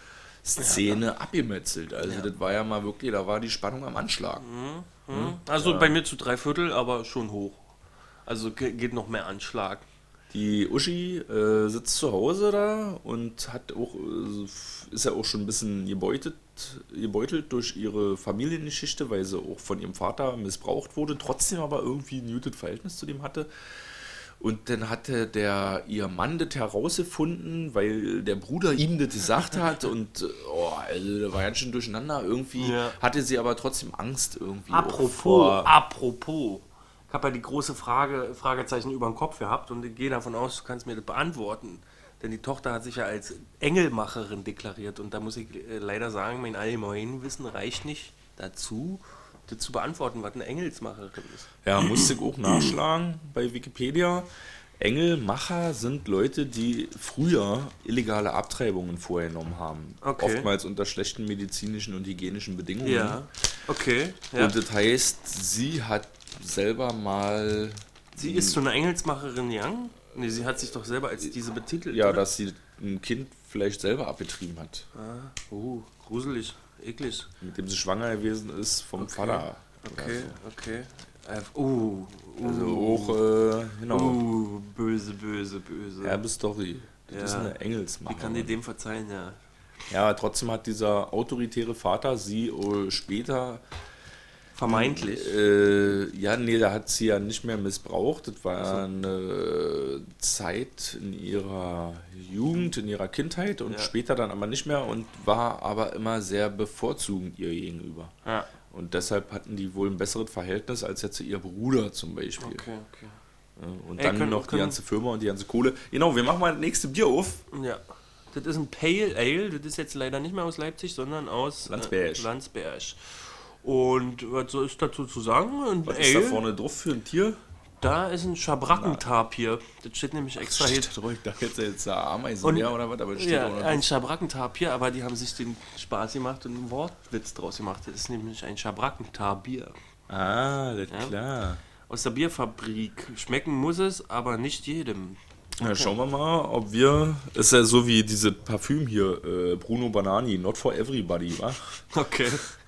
B: Szene abgemetzelt. Also
A: Ja.
B: das war ja mal wirklich, da war die Spannung am Anschlag.
A: Mhm. Also bei mir zu drei Viertel, aber schon hoch. Also ge- geht noch mehr Anschlag.
B: Die Uschi äh, sitzt zu Hause da und hat auch, äh, ist ja auch schon ein bisschen gebeutet, gebeutelt durch ihre Familiengeschichte, weil sie auch von ihrem Vater missbraucht wurde, trotzdem aber irgendwie ein gutes Verhältnis zu dem hatte. Und dann hatte der ihr Mann das herausgefunden, weil der Bruder ihm das gesagt hat und äh, oh, also, da war ganz schön durcheinander. Irgendwie
A: Ja.
B: hatte sie aber trotzdem Angst irgendwie. auch
A: Apropos,
B: vor-
A: apropos. Ich habe ja die große Frage, Fragezeichen über den Kopf gehabt und ich gehe davon aus, du kannst mir das beantworten. Denn die Tochter hat sich ja als Engelmacherin deklariert und da muss ich äh, leider sagen, mein Allgemeinwissen reicht nicht dazu, das zu beantworten, was eine Engelsmacherin ist.
B: Ja, musste ich auch nachschlagen bei Wikipedia. Engelmacher sind Leute, die früher illegale Abtreibungen vorgenommen haben.
A: Okay.
B: Oftmals unter schlechten medizinischen und hygienischen Bedingungen.
A: Ja, okay. Ja.
B: Und das heißt, sie hat selber mal,
A: Sie ist so eine Engelsmacherin gegangen? Nee, sie hat sich doch selber als diese betitelt.
B: ja,
A: oder?
B: dass sie ein Kind vielleicht selber abgetrieben hat,
A: Ah, oh, gruselig, eklig.
B: mit dem sie schwanger gewesen ist vom Vater. oder
A: Okay,
B: so.
A: okay. Äh, uh, uh,
B: Also auch, äh, genau,
A: uh, böse, böse, böse.
B: herbe Story. Das ist
A: Ja.
B: eine Engelsmacherin.
A: Wie kann die dem verzeihen, ja?
B: Ja, aber trotzdem hat dieser autoritäre Vater sie äh, später,
A: Vermeintlich.
B: äh, ja, nee, da hat sie ja nicht mehr missbraucht. Das war ja eine Zeit in ihrer Jugend, in ihrer Kindheit und
A: Ja.
B: später dann aber nicht mehr und war aber immer sehr bevorzugend ihr gegenüber.
A: Ja.
B: Und deshalb hatten die wohl ein besseres Verhältnis als jetzt ihr Bruder zum Beispiel.
A: Okay, okay.
B: Ja, und
A: Ey,
B: dann
A: können-
B: noch die
A: können-
B: ganze Firma und die ganze Kohle. Genau, wir machen mal das nächste Bier auf.
A: Ja. Das ist ein Pale Ale, das ist jetzt leider nicht mehr aus Leipzig, sondern aus
B: Landsberg.
A: Äh, Landsberg. Und was soll ist dazu zu sagen? Ein
B: Was ist da
A: Ale,
B: vorne drauf für ein Tier?
A: da ist ein Schabrackentapir. Das steht nämlich extra hier.
B: Steht ruhig, da jetzt jetzt da Ameisen
A: Und-
B: mehr oder was, aber das steht
A: Ja,
B: auch noch
A: ein Schabrackentapir, aber die haben sich den Spaß gemacht und einen Wortwitz draus gemacht. Das ist nämlich ein Schabrackentapir.
B: Ah, das
A: Ja.
B: klar.
A: Aus der Bierfabrik. Schmecken muss es, aber nicht jedem.
B: Ja, schauen wir mal, ob wir. Ist ja so wie diese Parfüm hier, äh, Bruno Banani, not for everybody, wa?
A: Okay.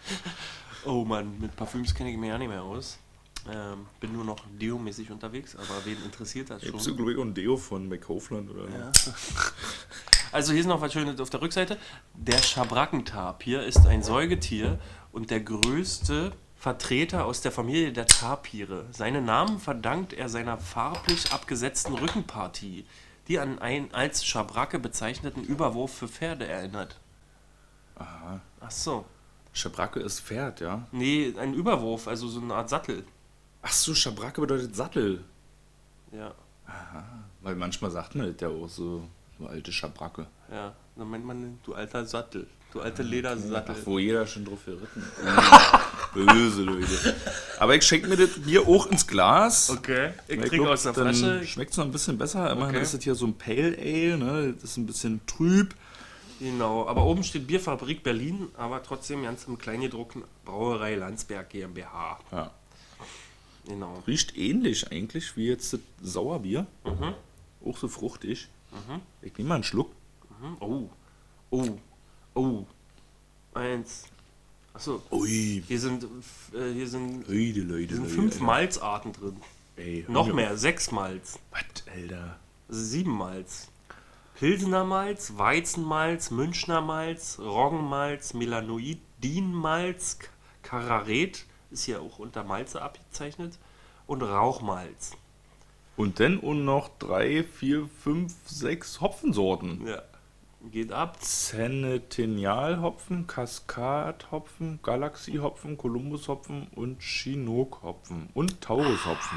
A: Oh Mann, mit Parfüms kenne ich mich ja nicht mehr aus. Ähm, bin nur noch Deo-mäßig unterwegs, aber wen interessiert das
B: Gibst
A: schon?
B: du, glaube ich, auch ein Deo von McCaufland oder
A: Ja. Also hier ist noch was Schönes auf der Rückseite. Der Schabrackentapir ist ein Säugetier und der größte Vertreter aus der Familie der Tapire. Seinen Namen verdankt er seiner farblich abgesetzten Rückenpartie, die an einen als Schabracke bezeichneten Überwurf für Pferde erinnert.
B: Aha.
A: Ach so.
B: Schabracke ist Pferd, ja?
A: Nee, ein Überwurf, also so eine Art Sattel.
B: Ach so, Schabracke bedeutet Sattel.
A: Ja,
B: Weil manchmal sagt man das ja auch so, so alte Schabracke.
A: ja. Dann meint man, du alter Sattel. Du alte Ledersattel.
B: Ach, wo jeder schon drauf geritten. Böse Leute. Aber ich schenke mir das Bier auch ins Glas.
A: Okay, ich
B: Weil
A: trinke
B: glaub,
A: aus der
B: dann
A: Flasche.
B: schmeckt es noch ein bisschen besser. Immerhin
A: Okay.
B: ist das hier so ein Pale Ale, ne? Das ist ein bisschen trüb.
A: Genau, aber oben steht Bierfabrik Berlin, aber trotzdem ganz im Kleingedruckten Brauerei Landsberg GmbH.
B: Ja.
A: Genau.
B: Riecht ähnlich eigentlich wie jetzt das Sauerbier.
A: Mhm.
B: Auch so fruchtig.
A: Mhm.
B: Ich nehme mal einen Schluck.
A: Mhm. Oh. Oh. Oh. Eins. Achso.
B: Ui.
A: Hier sind, äh, hier sind,
B: Ui, die Leute.
A: hier sind
B: Leute,
A: fünf
B: Alter.
A: Malzarten drin.
B: Ey, hör
A: Noch
B: mir
A: mehr,
B: auf.
A: sechs Malz.
B: Was, Alter?
A: Also sieben Malz. Pilsener Malz, Weizenmalz, Münchner Malz, Roggenmalz, Melanoidinmalz, Kararet, ist hier auch unter Malze abgezeichnet, und Rauchmalz.
B: Und dann und noch drei, vier, fünf, sechs Hopfensorten.
A: Ja, geht ab.
B: Centennial-Hopfen, Cascade-Hopfen, Galaxy-Hopfen, Columbus-Hopfen und Chinook-Hopfen und Taurus-Hopfen.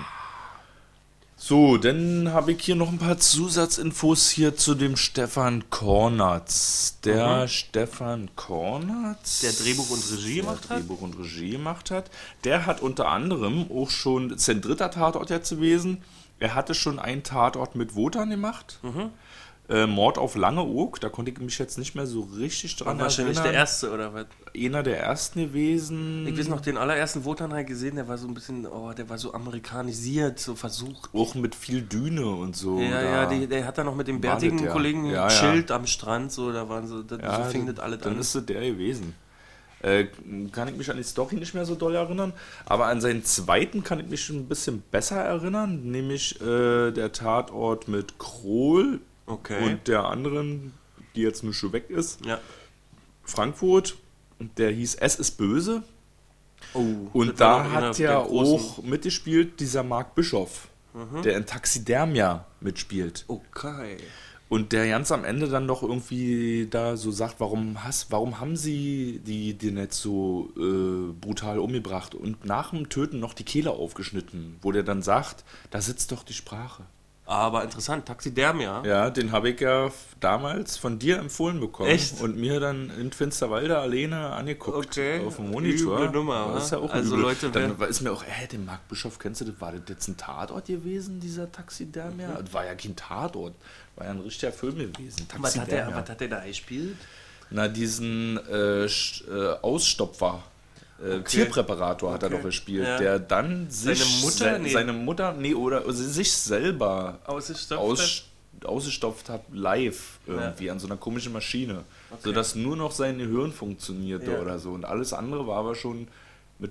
B: So, dann habe ich hier noch ein paar Zusatzinfos hier zu dem Stefan Kornatz. Der
A: Mhm.
B: Stefan Kornatz,
A: Der Drehbuch und Regie
B: der
A: gemacht hat.
B: Drehbuch und Regie gemacht hat, der hat unter anderem auch schon, das ist sein dritter Tatort jetzt gewesen, er hatte schon einen Tatort mit Wotan gemacht.
A: Mhm.
B: Äh, Mord auf Langeoog, da konnte ich mich jetzt nicht mehr so richtig dran
A: Wahrscheinlich der
B: erinnern.
A: erste, oder was?
B: Einer der ersten gewesen.
A: Ich weiß noch, den allerersten Wotan habe ich gesehen, der war so ein bisschen, oh, der war so amerikanisiert, so versucht.
B: Auch mit viel Düne und so.
A: Ja,
B: da
A: ja, die, der hat da noch mit dem
B: badet
A: bärtigen
B: der.
A: Kollegen
B: Ja,
A: ein
B: ja.
A: Schild am Strand, so, da waren so, das,
B: ja,
A: so fing das alles
B: dann
A: an.
B: ist es der gewesen. Äh, kann ich mich an die Story nicht mehr so doll erinnern, aber an seinen zweiten kann ich mich schon ein bisschen besser erinnern, nämlich äh, der Tatort mit Krohl
A: Okay.
B: und der anderen, die jetzt nur schon weg ist,
A: Ja.
B: Frankfurt. Und der hieß Es ist böse.
A: Oh,
B: Und
A: das war
B: da
A: doch einer
B: hat
A: der
B: ja
A: großen-
B: auch mitgespielt dieser Marc Bischoff, der in Taxidermia mitspielt.
A: Okay.
B: Und der ganz am Ende dann doch irgendwie da so sagt, warum, hast, warum haben sie die, die nicht so äh, brutal umgebracht und nach dem Töten noch die Kehle aufgeschnitten, wo der dann sagt, da sitzt doch die Sprache.
A: Aber interessant, Taxidermia.
B: Ja, den habe ich ja f- damals von dir empfohlen bekommen.
A: Echt?
B: Und mir dann in Finsterwalde alleine angeguckt
A: Okay.
B: auf dem Monitor.
A: Üble Nummer,
B: Das ist ja auch
A: also
B: übel.
A: Leute,
B: dann
A: wer-
B: war- ist mir auch, äh, den Marc Bischof, kennst du das? War das jetzt ein Tatort gewesen, dieser Taxidermia?
A: Mhm.
B: Das war ja kein Tatort, war ja ein richtiger Film gewesen.
A: Was hat, der,
B: Taxidermia.
A: was hat der da gespielt?
B: Na, diesen äh, Sch- äh, Ausstopfer. Äh,
A: Okay.
B: Tierpräparator hat er
A: Okay.
B: doch gespielt,
A: Ja.
B: der dann sich
A: Seine Mutter?
B: se-
A: Nee.
B: seine Mutter, nee, oder also sich selber
A: Ausgestopft?
B: aus, ausgestopft hat live irgendwie an so einer komischen Maschine,
A: Okay.
B: sodass nur noch sein Gehirn funktionierte
A: Ja.
B: oder so und alles andere war aber schon mit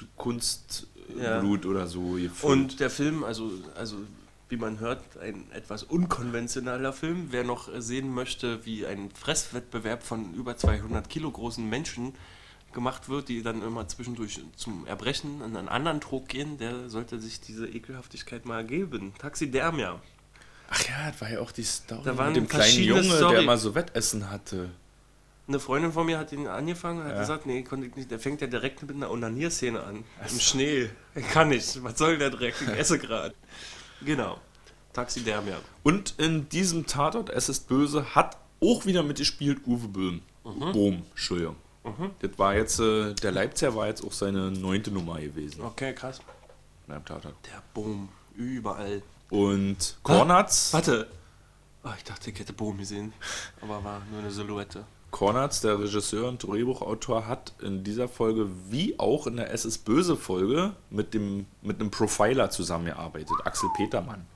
B: Kunstblut
A: Ja.
B: oder so gefüllt.
A: Und der Film, also, also wie man hört, ein etwas unkonventioneller Film. Wer noch äh, sehen möchte, wie ein Fresswettbewerb von über zweihundert Kilo großen Menschen gemacht wird, die dann immer zwischendurch zum Erbrechen an einen anderen Trog gehen, der sollte sich diese Ekelhaftigkeit mal geben. Taxidermia.
B: Ach ja, das war ja auch die Story
A: Da waren
B: mit dem kleinen
A: verschiedene
B: Junge,
A: Story.
B: der immer so Wettessen hatte.
A: Eine Freundin von mir hat ihn angefangen und hat
B: Ja.
A: gesagt, nee, konnte ich nicht. Der fängt ja direkt mit einer Onanierszene an. Im Schnee. Kann nicht. Was soll der direkt? Ich esse gerade. Genau. Taxidermia.
B: Und in diesem Tatort Es ist böse hat auch wieder mitgespielt Uwe Böhm. Bohm, Entschuldigung. Das war jetzt, äh, der Leipziger war jetzt auch seine neunte Nummer gewesen.
A: Okay, krass.
B: Beim Tatort.
A: Der Boom. Überall.
B: Und Kornatz,
A: Warte. Oh, ich dachte, ich hätte Boom gesehen. Aber war nur eine Silhouette.
B: Kornatz, der Regisseur und Drehbuchautor, hat in dieser Folge, wie auch in der Es ist böse Folge, mit, dem, mit einem Profiler zusammengearbeitet, Axel Petermann.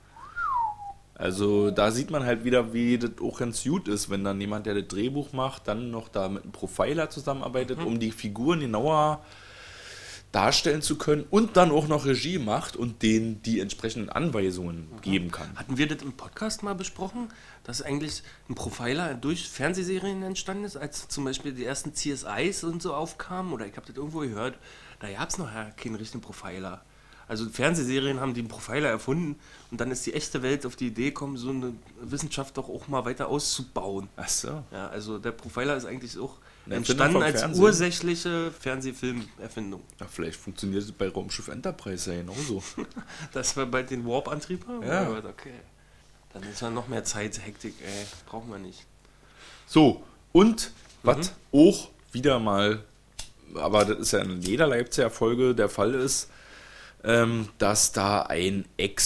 B: Also da sieht man halt wieder, wie das auch ganz gut ist, wenn dann jemand, der das Drehbuch macht, dann noch da mit einem Profiler zusammenarbeitet, um die Figuren genauer darstellen zu können und dann auch noch Regie macht und denen die entsprechenden Anweisungen geben kann.
A: Hatten wir das im Podcast mal besprochen, dass eigentlich ein Profiler durch Fernsehserien entstanden ist, als zum Beispiel die ersten C S Is und so aufkamen? Oder ich habe das irgendwo gehört, da gab es noch ja keinen richtigen Profiler. Also Fernsehserien haben den Profiler erfunden und dann ist die echte Welt auf die Idee gekommen, so eine Wissenschaft doch auch mal weiter auszubauen.
B: Ach so.
A: Ja, also der Profiler ist eigentlich auch
B: Eine Erfindung
A: entstanden
B: vom
A: als
B: Fernsehen.
A: ursächliche Fernsehfilmerfindung.
B: Ja, vielleicht funktioniert es bei Raumschiff Enterprise ja genauso.
A: Dass wir bald den Warp-Antrieb haben?
B: Ja.
A: Oder was? Okay. Dann ist ja noch mehr Zeit, Hektik, ey. Brauchen wir nicht.
B: So, und was auch wieder mal, aber das ist ja in jeder Leipziger Folge der Fall ist, ähm, dass da ein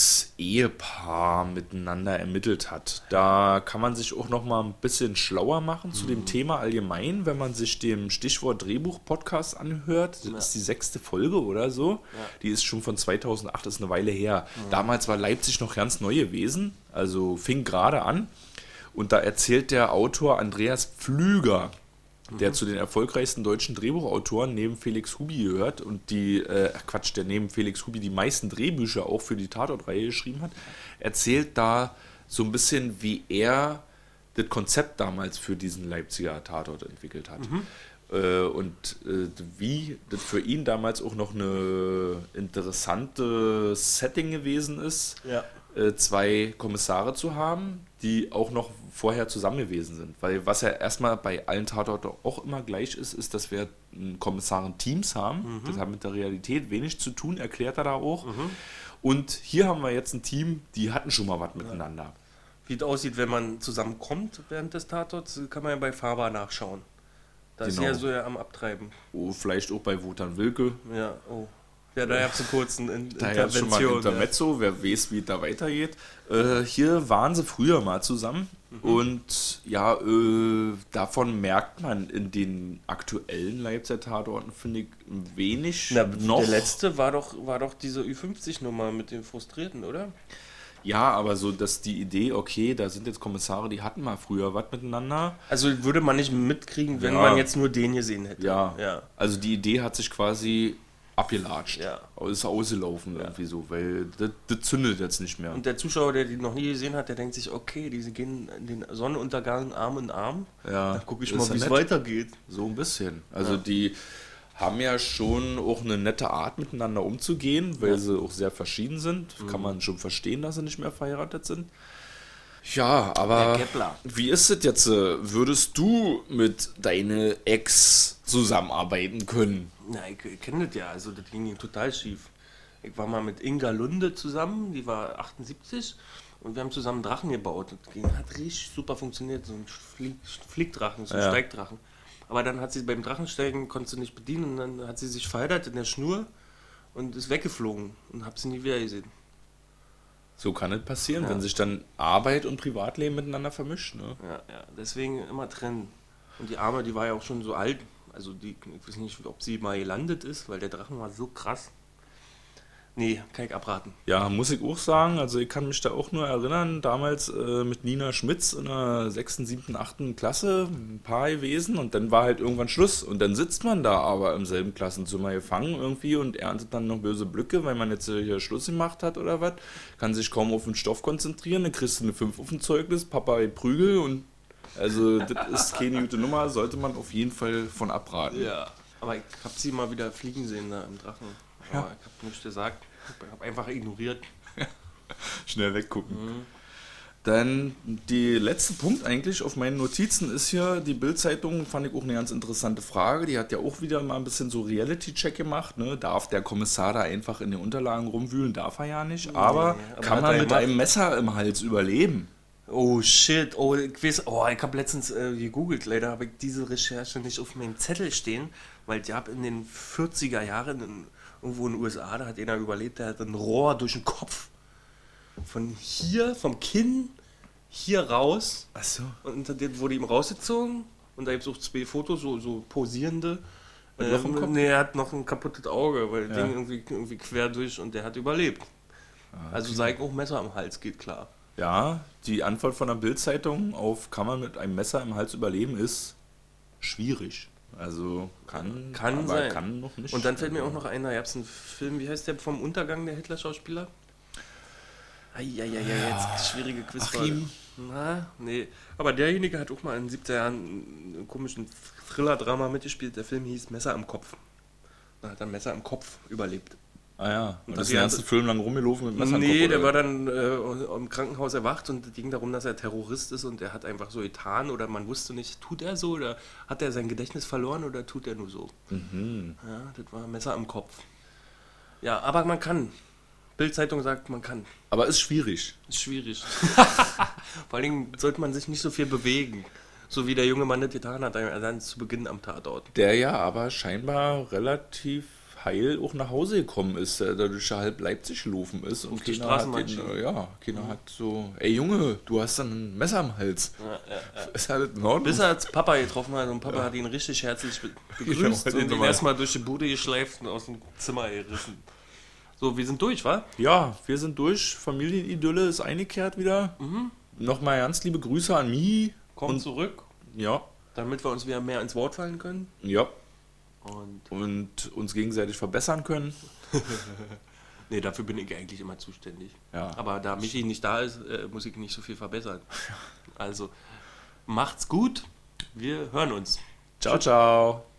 B: Ex-Ehepaar miteinander ermittelt hat. Da kann man sich auch noch mal ein bisschen schlauer machen mhm. zu dem Thema allgemein, wenn man sich dem Stichwort Drehbuch-Podcast anhört. Das ja. ist die sechste Folge oder so. Ja. Die ist schon von zweitausendacht, ist eine Weile her. Mhm. Damals war Leipzig noch ganz neu gewesen, also fing gerade an. Und da erzählt der Autor Andreas Pflüger, der mhm. zu den erfolgreichsten deutschen Drehbuchautoren neben Felix Hubi gehört und die, äh, Quatsch, der neben Felix Hubi die meisten Drehbücher auch für die Tatort-Reihe geschrieben hat, erzählt da so ein bisschen, wie er das Konzept damals für diesen Leipziger Tatort entwickelt hat. Mhm. Äh, und äh, wie das für ihn damals auch noch eine interessante Setting gewesen ist, ja. äh, zwei Kommissare zu haben, die auch noch vorher zusammen gewesen sind. Weil was ja erstmal bei allen Tatorten auch immer gleich ist, ist, dass wir Kommissaren Teams haben. Mhm. Das hat mit der Realität wenig zu tun, erklärt er da auch. Mhm. Und hier haben wir jetzt ein Team, die hatten schon mal was miteinander. Ja.
A: Wie es aussieht, wenn man zusammenkommt während des Tatorts, kann man ja bei Faber nachschauen. Da genau. ist ja so ja am Abtreiben.
B: Oh, vielleicht auch bei Wotan Wilke.
A: Ja, oh. Ja, da gab es einen kurzen in-
B: da Intervention. Da schon mal ein Intermezzo, ja. wer weiß, wie es da weitergeht. Äh, hier waren sie früher mal zusammen mhm. und ja, äh, davon merkt man in den aktuellen Leipziger Tatorten, finde ich, wenig
A: Na,
B: noch.
A: Der letzte war doch, war doch diese Ü fünfzig Nummer mit den Frustrierten, oder?
B: Ja, aber so, dass die Idee, okay, da sind jetzt Kommissare, die hatten mal früher was miteinander.
A: Also würde man nicht mitkriegen, wenn ja. man jetzt nur den gesehen hätte.
B: Ja. ja, also die Idee hat sich quasi abgelatscht.
A: Ja.
B: Ist ausgelaufen ja. irgendwie so, weil das, das zündet jetzt nicht mehr.
A: Und der Zuschauer, der die noch nie gesehen hat, der denkt sich, okay, diese gehen in den Sonnenuntergang Arm in Arm.
B: Ja.
A: Dann gucke ich mal, wie es weitergeht.
B: So ein bisschen. Also ja. die haben ja schon auch eine nette Art, miteinander umzugehen, weil ja. sie auch sehr verschieden sind. Mhm. Kann man schon verstehen, dass sie nicht mehr verheiratet sind. Ja, aber wie ist es jetzt? Würdest du mit deiner Ex zusammenarbeiten können?
A: Na, ich, ich kenne das ja, also das ging total schief. Ich war mal mit Inga Lunde zusammen, die war achtundsiebzig und wir haben zusammen Drachen gebaut. Das ging, hat richtig super funktioniert, so ein Flieg, Fliegdrachen, so ein ja. Steigdrachen. Aber dann hat sie beim Drachensteigen, konnte sie nicht bedienen und dann hat sie sich verheddert in der Schnur und ist weggeflogen und habe sie nie wieder gesehen.
B: So kann es passieren, ja. wenn sich dann Arbeit und Privatleben miteinander vermischen. Ne?
A: Ja, ja, deswegen immer trennen. Und die Arme, die war ja auch schon so alt, also die, ich weiß nicht, ob sie mal gelandet ist, weil der Drachen war so krass. Nee, kann ich abraten.
B: Ja, muss ich auch sagen, also ich kann mich da auch nur erinnern, damals äh, mit Nina Schmitz in der sechsten, siebten, achten Klasse ein Paar gewesen und dann war halt irgendwann Schluss und dann sitzt man da aber im selben Klassenzimmer gefangen irgendwie und erntet dann noch böse Blicke, weil man jetzt hier Schluss gemacht hat oder was, kann sich kaum auf den Stoff konzentrieren, dann kriegst du eine fünf auf dem Zeugnis, Papa Prügel und also das ist keine gute Nummer, sollte man auf jeden Fall von abraten.
A: Ja, aber ich habe sie mal wieder fliegen sehen da im Drachen. Aber ja. ich habe nichts gesagt. Ich habe einfach ignoriert.
B: Schnell weggucken. Mhm. Dann der letzte Punkt eigentlich auf meinen Notizen ist hier, die Bild-Zeitung fand ich auch eine ganz interessante Frage. Die hat ja auch wieder mal ein bisschen so Reality-Check gemacht. Ne? Darf der Kommissar da einfach in den Unterlagen rumwühlen? Darf er ja nicht. Aber, nee, aber kann man mit einem Messer im Hals überleben?
A: Oh shit, oh ich weiß, oh ich habe letztens äh, gegoogelt, leider habe ich diese Recherche nicht auf meinem Zettel stehen, weil ich habe in den vierziger Jahren in, irgendwo in den U S A, da hat einer überlebt, der hat ein Rohr durch den Kopf von hier, vom Kinn, hier raus.
B: Ach so.
A: Und dann wurde ihm rausgezogen und da gibt es auch zwei Fotos, so, so posierende.
B: Und noch im Kopf?
A: Nee, er hat noch ein kaputtes Auge, weil das ja. Ding irgendwie, irgendwie quer durch und der hat überlebt. Ah, okay. Also sag ich auch, Messer am Hals, geht klar.
B: Ja, die Antwort von der Bild-Zeitung auf kann man mit einem Messer im Hals überleben ist schwierig. Also kann,
A: kann
B: aber
A: sein.
B: Kann noch nicht.
A: Und dann fällt mir auch noch einer, ihr habt einen Film, wie heißt der, vom Untergang der Hitler-Schauspieler? Eieiei, ja, jetzt schwierige Quizfrage. Na, nee. Aber derjenige hat auch mal in den siebziger Jahren einen komischen Thriller-Drama mitgespielt. Der Film hieß Messer am Kopf. Da hat er Messer am Kopf überlebt.
B: Ah ja, und, und das ist der ganze Film lang rumgelaufen mit Messer am Kopf?
A: Nee, der war dann äh, im Krankenhaus erwacht und es ging darum, dass er Terrorist ist und er hat einfach so getan oder man wusste nicht, tut er so oder hat er sein Gedächtnis verloren oder tut er nur so.
B: Mhm.
A: Ja, das war Messer am Kopf. Ja, aber man kann. Bild-Zeitung sagt, man kann.
B: Aber ist schwierig.
A: Ist schwierig. Vor allem sollte man sich nicht so viel bewegen. So wie der junge Mann das getan hat, dann zu Beginn am Tatort.
B: Der ja aber scheinbar relativ heil auch nach Hause gekommen ist, der durch halb Leipzig gelaufen ist und
A: Auf die
B: keiner hat,
A: Straßenbahn
B: den,
A: schieben.
B: äh, ja, keiner hat so, ey Junge, du hast dann ein Messer am Hals.
A: Ja, ja, ja.
B: Ist halt in Ordnung.
A: Bis er als Papa getroffen hat und Papa hat ihn richtig herzlich be- begrüßt
B: hat ihn
A: und ihn
B: nochmal-
A: erstmal durch die Bude geschleift und aus dem Zimmer gerissen. So, wir sind durch, wa?
B: Ja, wir sind durch. Familienidylle ist eingekehrt wieder.
A: Mhm.
B: Nochmal ganz liebe Grüße an Mihi.
A: Kommen
B: Und-
A: zurück,
B: Ja,
A: damit wir uns wieder mehr ins Wort fallen können.
B: ja.
A: Und
B: Und uns gegenseitig verbessern können.
A: nee, dafür bin ich eigentlich immer zuständig.
B: Ja.
A: Aber da Michi nicht da ist, äh, muss ich nicht so viel verbessern. Also, macht's gut. Wir hören uns.
B: Ciao, ciao.